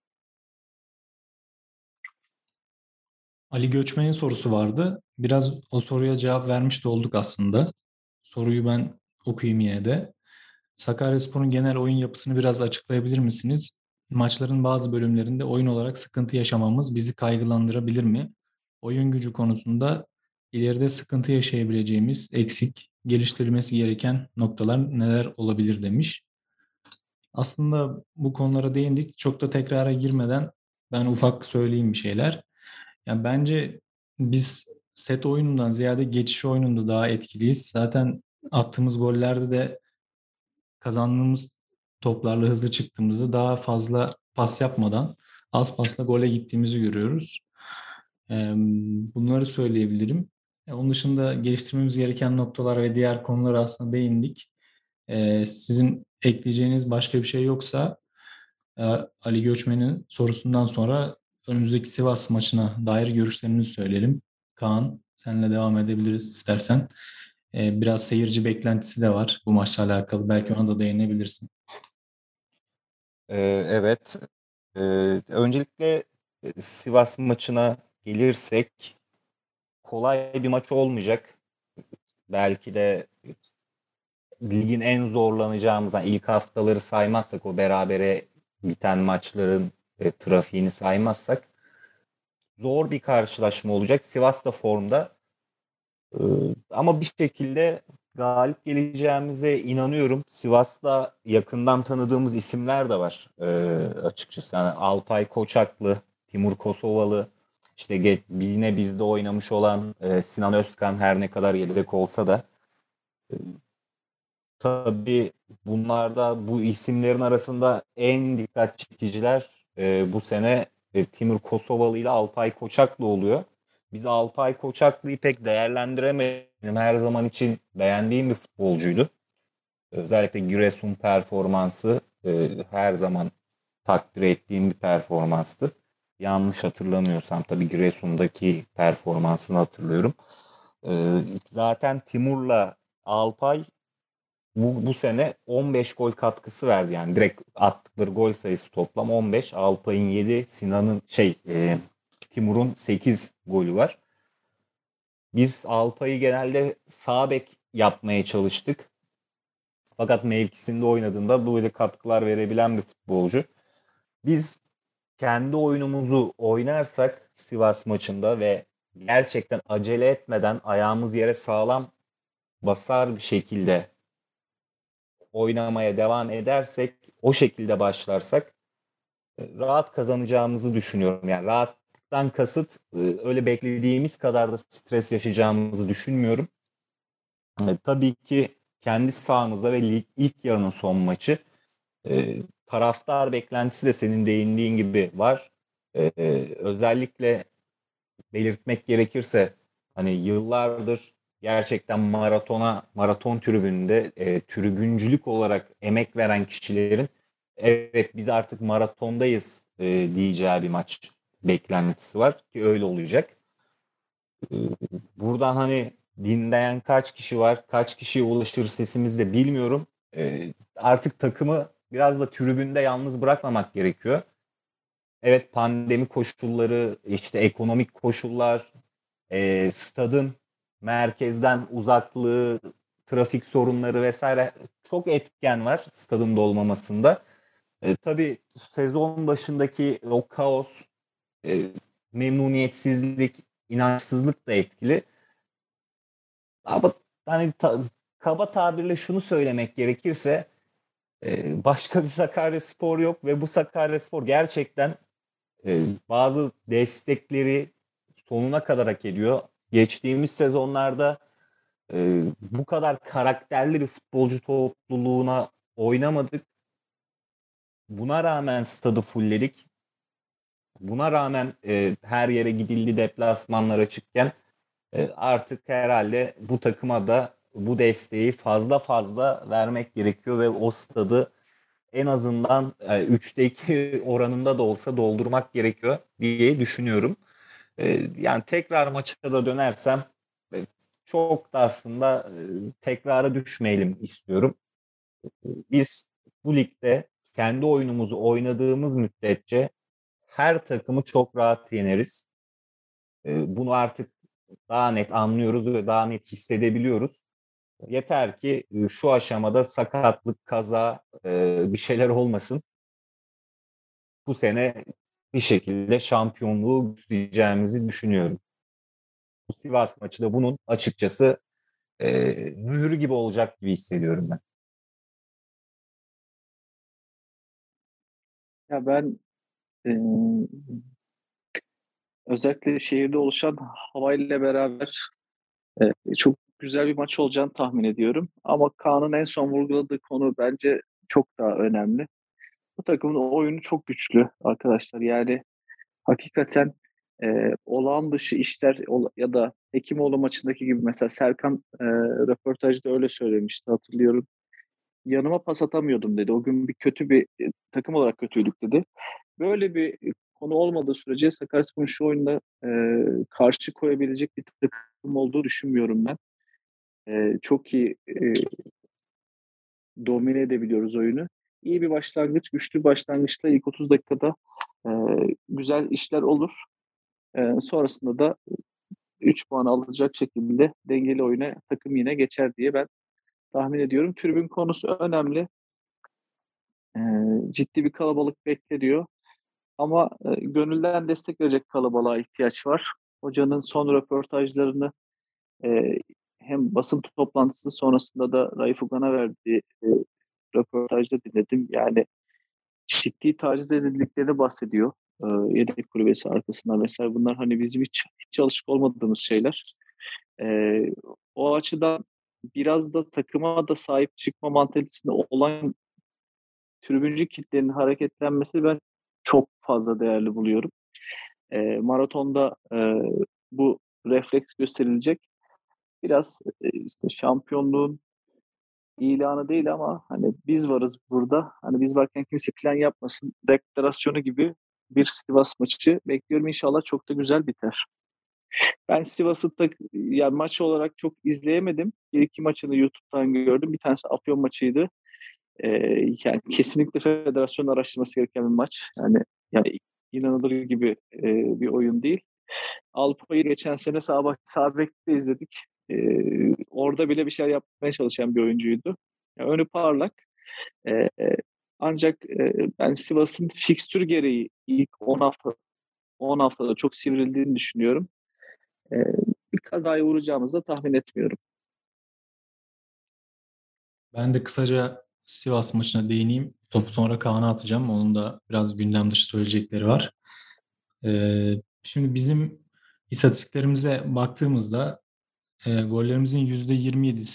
Ali Göçmen'in sorusu vardı. Biraz o soruya cevap vermiş de olduk aslında. Soruyu ben okuyayım yine de. Sakaryaspor'un genel oyun yapısını biraz açıklayabilir misiniz? Maçların bazı bölümlerinde oyun olarak sıkıntı yaşamamız bizi kaygılandırabilir mi? Oyun gücü konusunda ileride sıkıntı yaşayabileceğimiz, eksik, geliştirilmesi gereken noktalar neler olabilir demiş. Aslında bu konulara değindik. Çok da tekrara girmeden ben ufak söyleyeyim bir şeyler. Yani bence biz set oyunundan ziyade geçiş oyununda daha etkiliyiz. Zaten attığımız gollerde de kazandığımız toplarla hızlı çıktığımızda daha fazla pas yapmadan az pasla gole gittiğimizi görüyoruz. Ee, Bunları söyleyebilirim. E, Onun dışında geliştirmemiz gereken noktalar ve diğer konulara aslında değindik. Ee, Sizin ekleyeceğiniz başka bir şey yoksa e, Ali Göçmen'in sorusundan sonra önümüzdeki Sivas maçına dair görüşlerimizi söyleyelim. Kaan, seninle devam edebiliriz istersen. Ee, Biraz seyirci beklentisi de var bu maçla alakalı. Belki ona da değinebilirsin. Ee, evet. Ee, öncelikle e, Sivas maçına gelirsek kolay bir maç olmayacak. Belki de ligin en zorlanacağımız, yani ilk haftaları saymazsak, o berabere biten maçların e, trafiğini saymazsak zor bir karşılaşma olacak. Sivas da formda. Ee, ama bir şekilde galip geleceğimize inanıyorum. Sivas'ta yakından tanıdığımız isimler de var e, açıkçası. Yani Alpay Koçaklı, Timur Kosovalı, işte ge- yine bizde oynamış olan e, Sinan Özkan, her ne kadar yedek olsa da. E, tabii bunlarda, bu isimlerin arasında en dikkat çekiciler e, bu sene e, Timur Kosovalı ile Alpay Koçaklı oluyor. Biz Alpay Koçaklı'yı pek değerlendiremedim. Her zaman için beğendiğim bir futbolcuydu. Özellikle Giresun performansı e, her zaman takdir ettiğim bir performanstı. Yanlış hatırlamıyorsam tabii Giresun'daki performansını hatırlıyorum. E, zaten Timur'la Alpay bu, bu sene on beş gol katkısı verdi. Yani direkt attıkları gol sayısı toplam on beş. Alpay'ın yedi, Sinan'ın şey e, Timur'un sekiz golü var. Biz Alpay'ı genelde sağ bek yapmaya çalıştık. Fakat mevkisinde oynadığında böyle katkılar verebilen bir futbolcu. Biz kendi oyunumuzu oynarsak Sivas maçında ve gerçekten acele etmeden ayağımız yere sağlam basar bir şekilde oynamaya devam edersek, o şekilde başlarsak rahat kazanacağımızı düşünüyorum. Yani rahatlıktan kasıt öyle beklediğimiz kadar da stres yaşayacağımızı düşünmüyorum. E, tabii ki kendi sahamızda ve lig ilk yarının son maçı. E, taraftar beklentisi de senin değindiğin gibi var. E, özellikle belirtmek gerekirse hani yıllardır gerçekten maratona, maraton tribünde e, tribüncülük olarak emek veren kişilerin evet biz artık maratondayız e, diyeceği bir maç beklentisi var ki öyle olacak. E, buradan hani dinleyen kaç kişi var, kaç kişiye ulaşır sesimiz de bilmiyorum. E, artık takımı biraz da tribünde yalnız bırakmamak gerekiyor. Evet pandemi koşulları, işte ekonomik koşullar, e, stadın merkezden uzaklığı, trafik sorunları vesaire çok etken var stadın dolmamasında. E, tabii sezon başındaki o kaos, e, memnuniyetsizlik, inançsızlık da etkili. Ama hani ta, kaba tabirle şunu söylemek gerekirse e, başka bir Sakaryaspor yok ve bu Sakaryaspor gerçekten e, bazı destekleri sonuna kadar hak ediyor. Geçtiğimiz sezonlarda e, bu kadar karakterli bir futbolcu topluluğuna oynamadık. Buna rağmen stadı fullledik. Buna rağmen e, her yere gidildi, deplasmanlar açıkken e, artık herhalde bu takıma da bu desteği fazla fazla vermek gerekiyor ve o stadı en azından e, üçte iki oranında da olsa doldurmak gerekiyor diye düşünüyorum. E, yani tekrar maça da dönersem e, çok da aslında e, tekrara düşmeyelim istiyorum. Biz bu ligde kendi oyunumuzu oynadığımız müddetçe her takımı çok rahat yeneriz. E, bunu artık daha net anlıyoruz ve daha net hissedebiliyoruz. Yeter ki e, şu aşamada sakatlık, kaza e, bir şeyler olmasın. Bu sene bir şekilde şampiyonluğu güçleyeceğimizi düşünüyorum. Bu Sivas maçı da bunun açıkçası e, mührü gibi olacak gibi hissediyorum ben. Ya ben e, özellikle şehirde oluşan havayla beraber e, çok güzel bir maç olacağını tahmin ediyorum. Ama Kaan'ın en son vurguladığı konu bence çok daha önemli. Bu takımın oyunu çok güçlü arkadaşlar. Yani hakikaten e, olağan dışı işler ya da Hekimoğlu maçındaki gibi mesela Serkan e, röportajda öyle söylemişti hatırlıyorum. Yanıma pas atamıyordum dedi. O gün bir kötü bir e, takım olarak kötüydük dedi. Böyle bir konu olmadığı sürece Sakaryaspor'un şu oyunda e, karşı koyabilecek bir takım olduğu düşünmüyorum ben. E, çok iyi e, domine edebiliyoruz oyunu. İyi bir başlangıç, güçlü bir başlangıçla ilk otuz dakikada e, güzel işler olur. E, sonrasında da üç puan alacak şekilde dengeli oyuna takım yine geçer diye ben tahmin ediyorum. Tribün konusu önemli. E, ciddi bir kalabalık bekleniyor. Ama e, gönülden destek verecek kalabalığa ihtiyaç var. Hocanın son röportajlarını e, hem basın toplantısı sonrasında da Raif Ugan'a verdiği e, röportajda dinledim. Yani ciddi taciz edildiklerini bahsediyor. E, yedek kulübesi arkasından vesaire. Bunlar hani bizim hiç, hiç alışık olmadığımız şeyler. E, o açıdan biraz da takıma da sahip çıkma mantalitesinde olan tribüncü kitlenin hareketlenmesi ben çok fazla değerli buluyorum. E, maratonda e, bu refleks gösterilecek. Biraz e, işte şampiyonluğun ilanı değil ama hani biz varız burada. Hani biz varken kimse plan yapmasın. Deklarasyonu gibi bir Sivas maçı bekliyorum. İnşallah çok da güzel biter. Ben Sivas'ı da yani maç olarak çok izleyemedim. Bir iki maçını YouTube'dan gördüm. Bir tanesi Afyon maçıydı. Ee, yani kesinlikle federasyonun araştırması gereken bir maç. Yani yani inanılır gibi e, bir oyun değil. Alpa'yı geçen sene sağ, sağ bekte izledik. Ee, orada bile bir şeyler yapmaya çalışan bir oyuncuydu. Yani önü parlak. Ee, ancak e, ben Sivas'ın fikstür gereği ilk on hafta on haftada çok sivrildiğini düşünüyorum. Ee, bir kazaya uğrayacağımızı da tahmin etmiyorum. Ben de kısaca Sivas maçına değineyim. Topu sonra Kaan'a atacağım. Onun da biraz gündem dışı söyleyecekleri var. Ee, şimdi bizim istatistiklerimize baktığımızda e, gollerimizin yüzde yirmi yedisi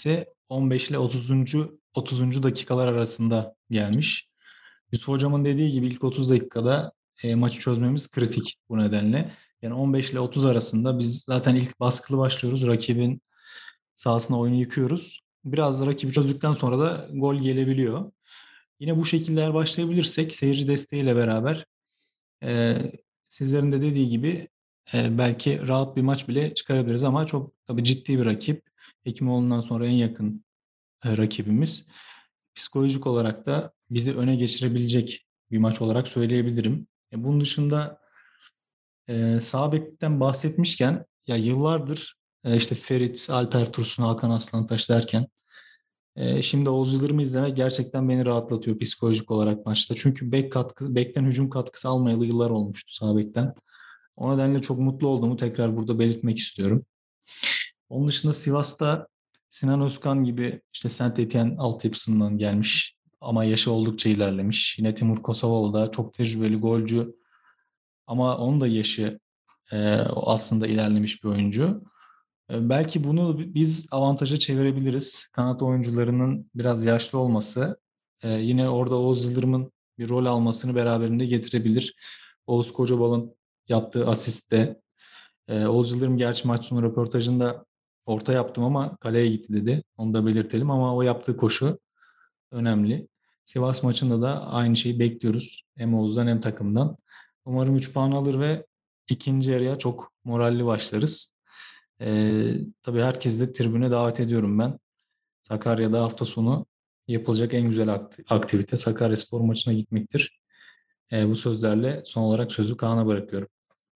on beş ile otuzuncu otuzuncu dakikalar arasında gelmiş. Yusuf Hocam'ın dediği gibi ilk otuz dakikada e, maçı çözmemiz kritik bu nedenle. Yani on beş ile otuz arasında biz zaten ilk baskılı başlıyoruz. Rakibin sahasına oyunu yıkıyoruz. Biraz da rakibi çözdükten sonra da gol gelebiliyor. Yine bu şekilde eğer başlayabilirsek seyirci desteğiyle beraber e, sizlerin de dediği gibi e, belki rahat bir maç bile çıkarabiliriz ama çok tabii ciddi bir rakip. Hekimoğlu'ndan sonra en yakın e, rakibimiz. Psikolojik olarak da bizi öne geçirebilecek bir maç olarak söyleyebilirim. E, bunun dışında e, sağ bekten bahsetmişken ya yıllardır e, işte Ferit, Alper Tursun, Hakan Aslantaş derken e, şimdi Oğuz Yıldırım'ı izlemek gerçekten beni rahatlatıyor psikolojik olarak maçta. Çünkü bek katkı, bekten hücum katkısı almayalı yıllar olmuştu sağ bekten. O nedenle çok mutlu olduğumu tekrar burada belirtmek istiyorum. Onun dışında Sivas'ta Sinan Özkan gibi işte Saint Etienne altyapısından gelmiş ama yaşı oldukça ilerlemiş. Yine Timur Kosovalı da çok tecrübeli golcü ama onun da yaşı e, aslında ilerlemiş bir oyuncu. E, belki bunu biz avantaja çevirebiliriz. Kanat oyuncularının biraz yaşlı olması e, yine orada Oğuz Yıldırım'ın bir rol almasını beraberinde getirebilir. Oğuz Kocabal'ın yaptığı asiste ee, Oğuz Yıldırım gerçi maç sonu röportajında orta yaptım ama kaleye gitti dedi. Onu da belirtelim ama o yaptığı koşu önemli. Sivas maçında da aynı şeyi bekliyoruz. Hem Oğuz'dan hem takımdan. Umarım üç puan alır ve ikinci yarıya çok moralli başlarız. Ee, tabii herkesi de tribüne davet ediyorum ben. Sakarya'da hafta sonu yapılacak en güzel aktivite Sakaryaspor maçına gitmektir. Ee, bu sözlerle son olarak sözü Kaan'a bırakıyorum.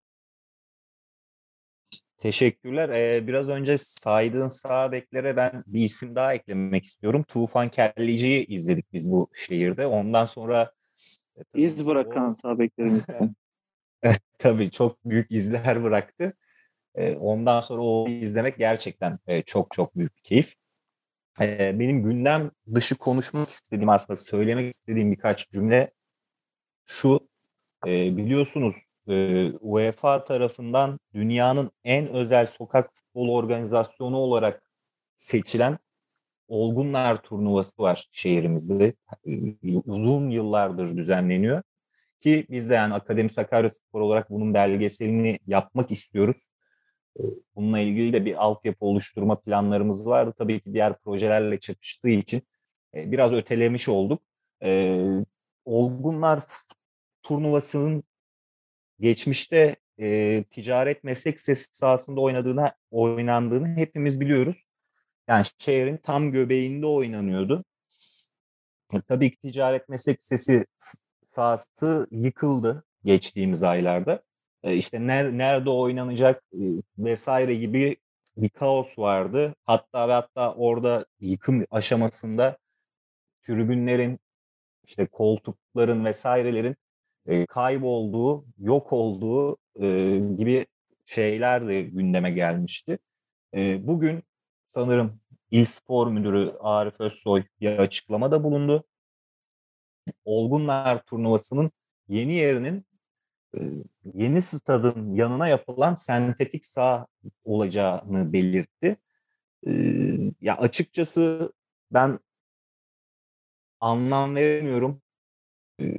Teşekkürler. Ee, biraz önce saydığın sağ beklere ben bir isim daha eklemek istiyorum. Tufan Kellici'yi izledik biz bu şehirde. Ondan sonra e, tabii İz bırakan o sağ beklerimizden. tabii çok büyük izler bıraktı. E, ondan sonra o izlemek gerçekten e, çok çok büyük bir keyif. E, benim gündem dışı konuşmak istediğim, aslında söylemek istediğim birkaç cümle şu. E, biliyorsunuz e, UEFA tarafından dünyanın en özel sokak futbol organizasyonu olarak seçilen Olgunlar Turnuvası var şehrimizde. E, uzun yıllardır düzenleniyor. Ki biz de yani Akademi Sakaryaspor olarak bunun belgeselini yapmak istiyoruz. E, Bununla ilgili de bir altyapı oluşturma planlarımız vardı. Tabii ki diğer projelerle çatıştığı için e, biraz ötelemiş olduk. E, Olgunlar Turnuvası'nın geçmişte e, ticaret meslek lisesi sahasında oynadığını, oynandığını hepimiz biliyoruz. Yani şehrin tam göbeğinde oynanıyordu. E, tabii ki ticaret meslek lisesi sahası yıkıldı geçtiğimiz aylarda. E, işte ner- nerede oynanacak e, vesaire gibi bir kaos vardı. Hatta ve hatta orada yıkım aşamasında tribünlerin, işte koltukların vesairelerin e, kaybolduğu, yok olduğu e, gibi şeyler de gündeme gelmişti. E, bugün sanırım İl Spor Müdürü Arif Özsoy bir açıklamada bulundu. Olgunlar Turnuvası'nın yeni yerinin e, yeni stadın yanına yapılan sentetik saha olacağını belirtti. E, ya açıkçası ben anlam veremiyorum. E,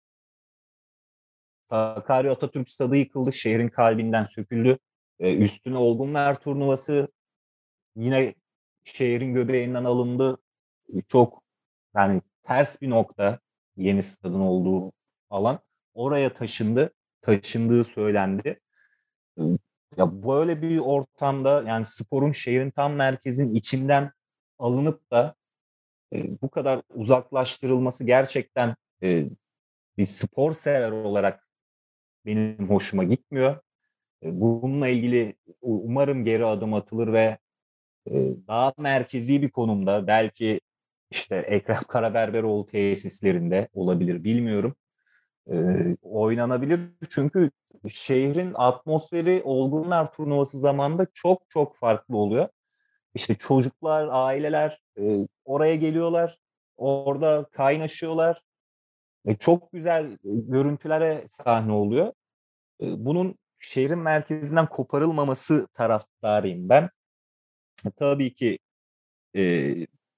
Sakarya Atatürk Stadı yıkıldı, şehrin kalbinden söküldü. E, üstüne Olgunlar Turnuvası yine şehrin göbeğinden alındı. E, çok yani ters bir nokta, yeni stadın olduğu alan. Oraya taşındı, taşındığı söylendi. E, ya böyle bir ortamda yani sporun şehrin tam merkezin içinden alınıp da e, bu kadar uzaklaştırılması gerçekten e, bir spor sever olarak benim hoşuma gitmiyor. E, Bununla ilgili umarım geri adım atılır ve e, daha merkezi bir konumda, belki işte Ekrem Karaberberoğlu tesislerinde olabilir, bilmiyorum. E, oynanabilir çünkü şehrin atmosferi Olgunlar Turnuvası zamanında çok çok farklı oluyor. İşte çocuklar, aileler e, oraya geliyorlar, orada kaynaşıyorlar. E, çok güzel görüntülere sahne oluyor. E, bunun şehrin merkezinden koparılmaması taraftarıyım ben. E, tabii ki e,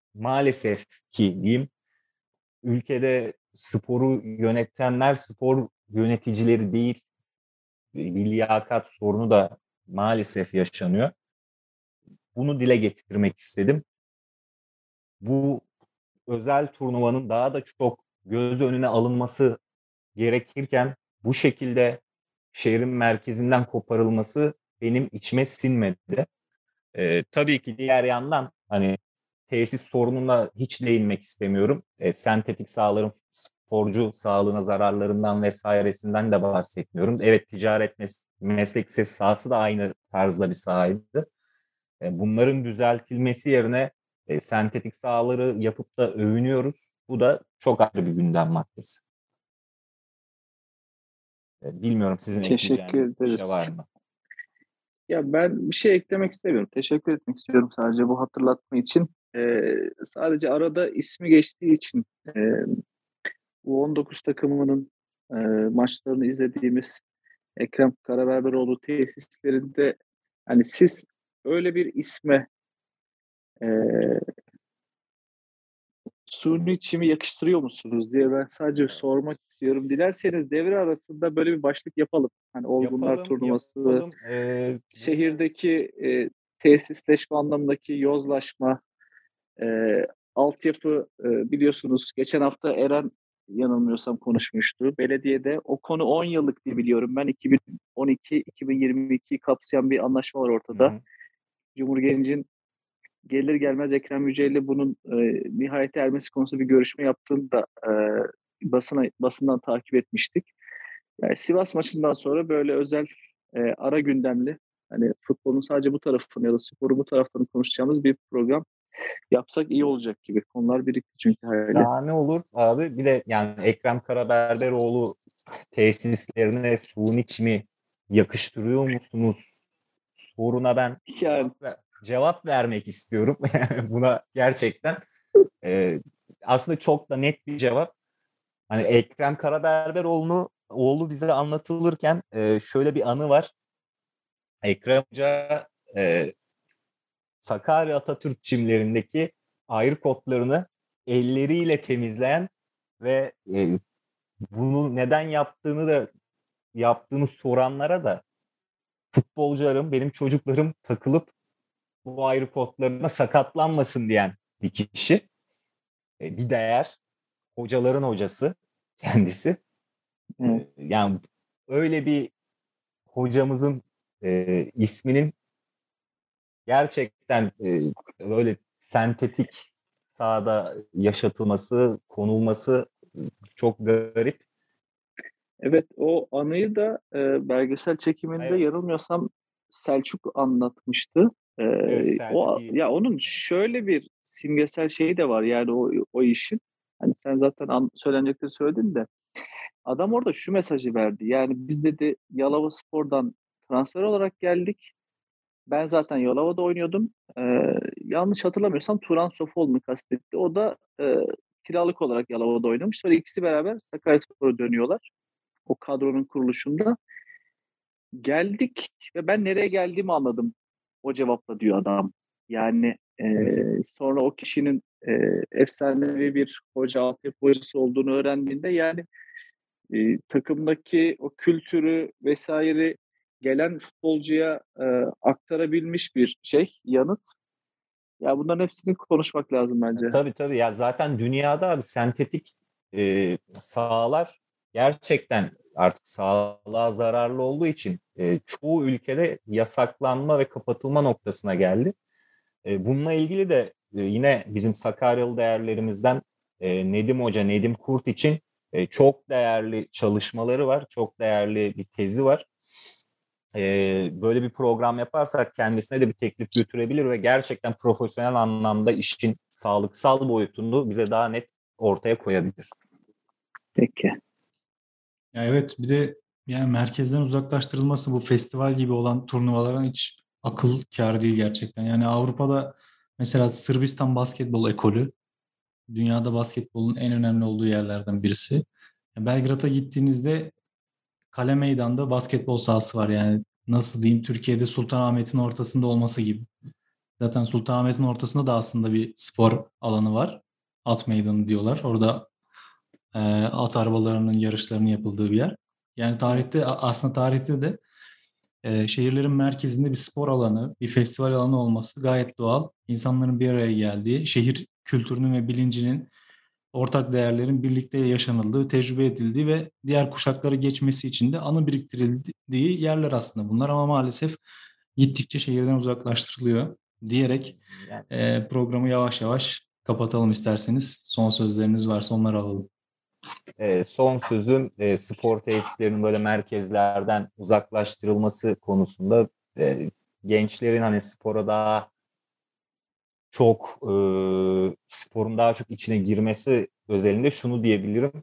maalesef ki diyeyim, ülkede sporu yönetenler spor yöneticileri değil. Bir liyakat sorunu da maalesef yaşanıyor. Bunu dile getirmek istedim. Bu özel turnuvanın daha da çok göz önüne alınması gerekirken bu şekilde şehrin merkezinden koparılması benim içime sinmedi. Ee, tabii ki diğer yandan hani tesis sorununa hiç değinmek istemiyorum. E, sentetik sahaların sporcu sağlığına zararlarından vesairesinden de bahsetmiyorum. Evet, ticaret mes- meslek lisesi sahası da aynı tarzda bir sahaydı. E, bunların düzeltilmesi yerine e, sentetik sahaları yapıp da övünüyoruz. Bu da çok ayrı bir gündem maddesi. E, bilmiyorum sizin Teşekkür ekleyeceğiniz bir şey ederiz. var mı? Ya ben bir şey eklemek istemiyorum. Teşekkür etmek istiyorum sadece bu hatırlatma için. Ee, sadece arada ismi geçtiği için e, U on dokuz takımının e, maçlarını izlediğimiz Ekrem Karaberberoğlu tesislerinde hani siz öyle bir isme e, suni çimi yakıştırıyor musunuz diye ben sadece sormak istiyorum. Dilerseniz devre arasında böyle bir başlık yapalım. Hani Olgunlar Yapalım, Turnuvası, yapalım. Ee, şehirdeki e, tesisleşme anlamındaki yozlaşma, e, altyapı e, biliyorsunuz geçen hafta Eren yanılmıyorsam konuşmuştu. Belediyede o konu on yıllık diye biliyorum. Ben iki bin on iki iki bin yirmi iki kapsayan bir anlaşma var Hı ortada. hı. Cumhurgencin gelir gelmez Ekrem Yüce ile bunun e, nihayete ermesi konusu bir görüşme yaptığını da e, basına, basından takip etmiştik. Yani Sivas maçından sonra böyle özel e, ara gündemli hani futbolun sadece bu tarafını ya da sporu bu tarafını konuşacağımız bir program yapsak iyi olacak gibi. Konular birikti çünkü hayali. Daha ne olur abi? Bir de yani Ekrem Karaberberoğlu tesislerine suni çimi yakıştırıyor musunuz soruna ben Yani cevap, ver- cevap vermek istiyorum. Buna gerçekten e, aslında çok da net bir cevap. Hani Ekrem Karaberberoğlu oğlu bize anlatılırken e, şöyle bir anı var. Ekrem Hoca e, Sakarya Atatürk çimlerindeki ayrık otlarını elleriyle temizleyen ve e, bunu neden yaptığını da yaptığını soranlara da futbolcularım, benim çocuklarım takılıp bu ayrık otlarına sakatlanmasın diyen bir kişi. E, bir değer. Hocaların hocası kendisi. evet. E, yani öyle bir hocamızın e, isminin gerçekten e, böyle sentetik sahada yaşatılması, konulması çok garip. Evet, o anıyı da e, belgesel çekiminde Evet, yanılmıyorsam Selçuk anlatmıştı. E, evet Selçuk o iyi. ya onun şöyle bir simgesel şeyi de var yani o o işin. Hani sen zaten an, söylenecekleri söyledin de adam orada şu mesajı verdi. Yani biz dedi Yalovaspor'dan transfer olarak geldik. Ben zaten Yalova'da oynuyordum. E, yanlış hatırlamıyorsam Turan Sofoğlu'nu kastetti. O da e, kiralık olarak Yalova'da oynamış. Sonra ikisi beraber Sakaryaspor'a dönüyorlar. O kadronun kuruluşunda. Geldik ve ben nereye geldiğimi anladım o cevapla diyor adam. Yani e, sonra o kişinin e, efsanevi bir hoca, altyapı hocası olduğunu öğrendiğinde yani e, takımdaki o kültürü vesaire gelen futbolcuya e, aktarabilmiş bir şey, yanıt. Ya bunların hepsini konuşmak lazım E, bence. Tabii tabii ya zaten dünyada abi sentetik e, sahalar gerçekten artık sağlığa zararlı olduğu için e, çoğu ülkede yasaklanma ve kapatılma noktasına geldi. E, bununla ilgili de e, yine bizim Sakaryalı değerlerimizden e, Nedim Hoca, Nedim Kurt için e, çok değerli çalışmaları var. Çok değerli bir tezi var. E, böyle bir program yaparsak kendisine de bir teklif götürebilir ve gerçekten profesyonel anlamda işin sağlıksal boyutunu bize daha net ortaya koyabilir. Peki. Ya evet, bir de yani merkezden uzaklaştırılması bu festival gibi olan turnuvaların hiç akıl kârı değil gerçekten. Yani Avrupa'da mesela Sırbistan basketbol ekolü dünyada basketbolun en önemli olduğu yerlerden birisi. Belgrad'a gittiğinizde Kale Meydan'da basketbol sahası var, yani nasıl diyeyim, Türkiye'de Sultanahmet'in ortasında olması gibi. Zaten Sultanahmet'in ortasında da aslında bir spor alanı var. At meydanı diyorlar. Orada e, at arabalarının yarışlarının yapıldığı bir yer. Yani tarihte aslında tarihte de e, şehirlerin merkezinde bir spor alanı, bir festival alanı olması gayet doğal. İnsanların bir araya geldiği, şehir kültürünün ve bilincinin, ortak değerlerin birlikte yaşanıldığı, tecrübe edildiği ve diğer kuşaklara geçmesi için de anı biriktirildiği yerler aslında bunlar. Ama maalesef gittikçe şehirden uzaklaştırılıyor diyerek Yani, e, programı yavaş yavaş kapatalım isterseniz. Son sözleriniz varsa onları alalım. e, son sözüm e, spor tesislerinin böyle merkezlerden uzaklaştırılması konusunda e, gençlerin hani spora daha çok e, sporun daha çok içine girmesi özelinde şunu diyebilirim.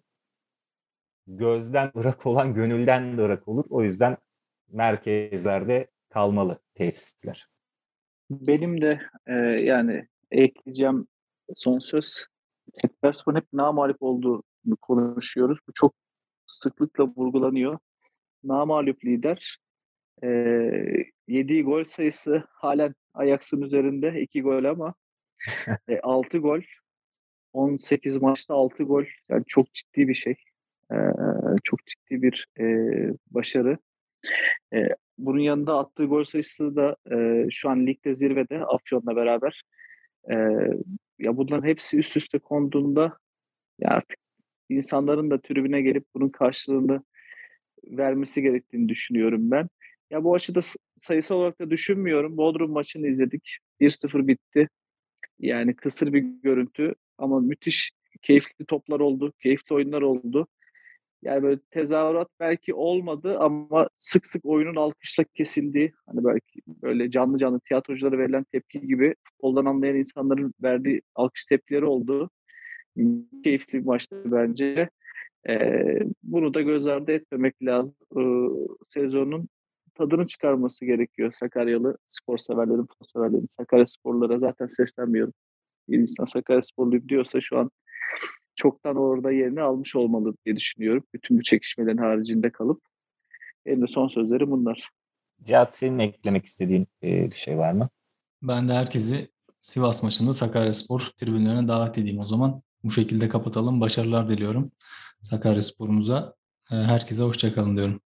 Gözden ırak olan gönülden de ırak olur. O yüzden merkezlerde kalmalı tesisler. Benim de e, yani ekleyeceğim son söz. Sakaryaspor'un hep namağlup olduğunu konuşuyoruz. Bu çok sıklıkla vurgulanıyor. Namağlup lider. E, yediği gol sayısı halen Ajax'ın üzerinde iki gol ama e, altı gol. on sekiz maçta altı gol. Yani çok ciddi bir şey. E, çok ciddi bir e, başarı. E, bunun yanında attığı gol sayısı da e, şu an ligde zirvede Afyon'la beraber. E, ya bunların hepsi üst üste konduğunda ya artık insanların da tribüne gelip bunun karşılığını vermesi gerektiğini düşünüyorum ben. Ya bu açıda sayısal olarak da düşünmüyorum. Bodrum maçını izledik. bir sıfır bitti. Yani kısır bir görüntü ama müthiş keyifli toplar oldu. Keyifli oyunlar oldu. Yani böyle tezahürat belki olmadı ama sık sık oyunun alkışla kesildiği, hani belki böyle canlı canlı tiyatroculara verilen tepki gibi futboldan anlayan insanların verdiği alkış tepkileri oldu. Keyifli bir maçtı bence. Ee, bunu da göz ardı etmemek lazım. Ee, sezonun tadını çıkarması gerekiyor Sakaryalı spor severlerin, futbol severlerin. Sakarya sporlara zaten seslenmiyorum. Bir insan Sakarya sporluyum diyorsa şu an çoktan orada yerini almış olmalı diye düşünüyorum. Bütün bu çekişmelerin haricinde kalıp. Benim de son sözlerim bunlar. Cihat, senin eklemek istediğin bir şey var mı? Ben de herkesi Sivas maçında Sakaryaspor tribünlerine davet edeyim o zaman. Bu şekilde kapatalım. Başarılar diliyorum Sakaryaspor'umuza. Herkese hoşça kalın diyorum.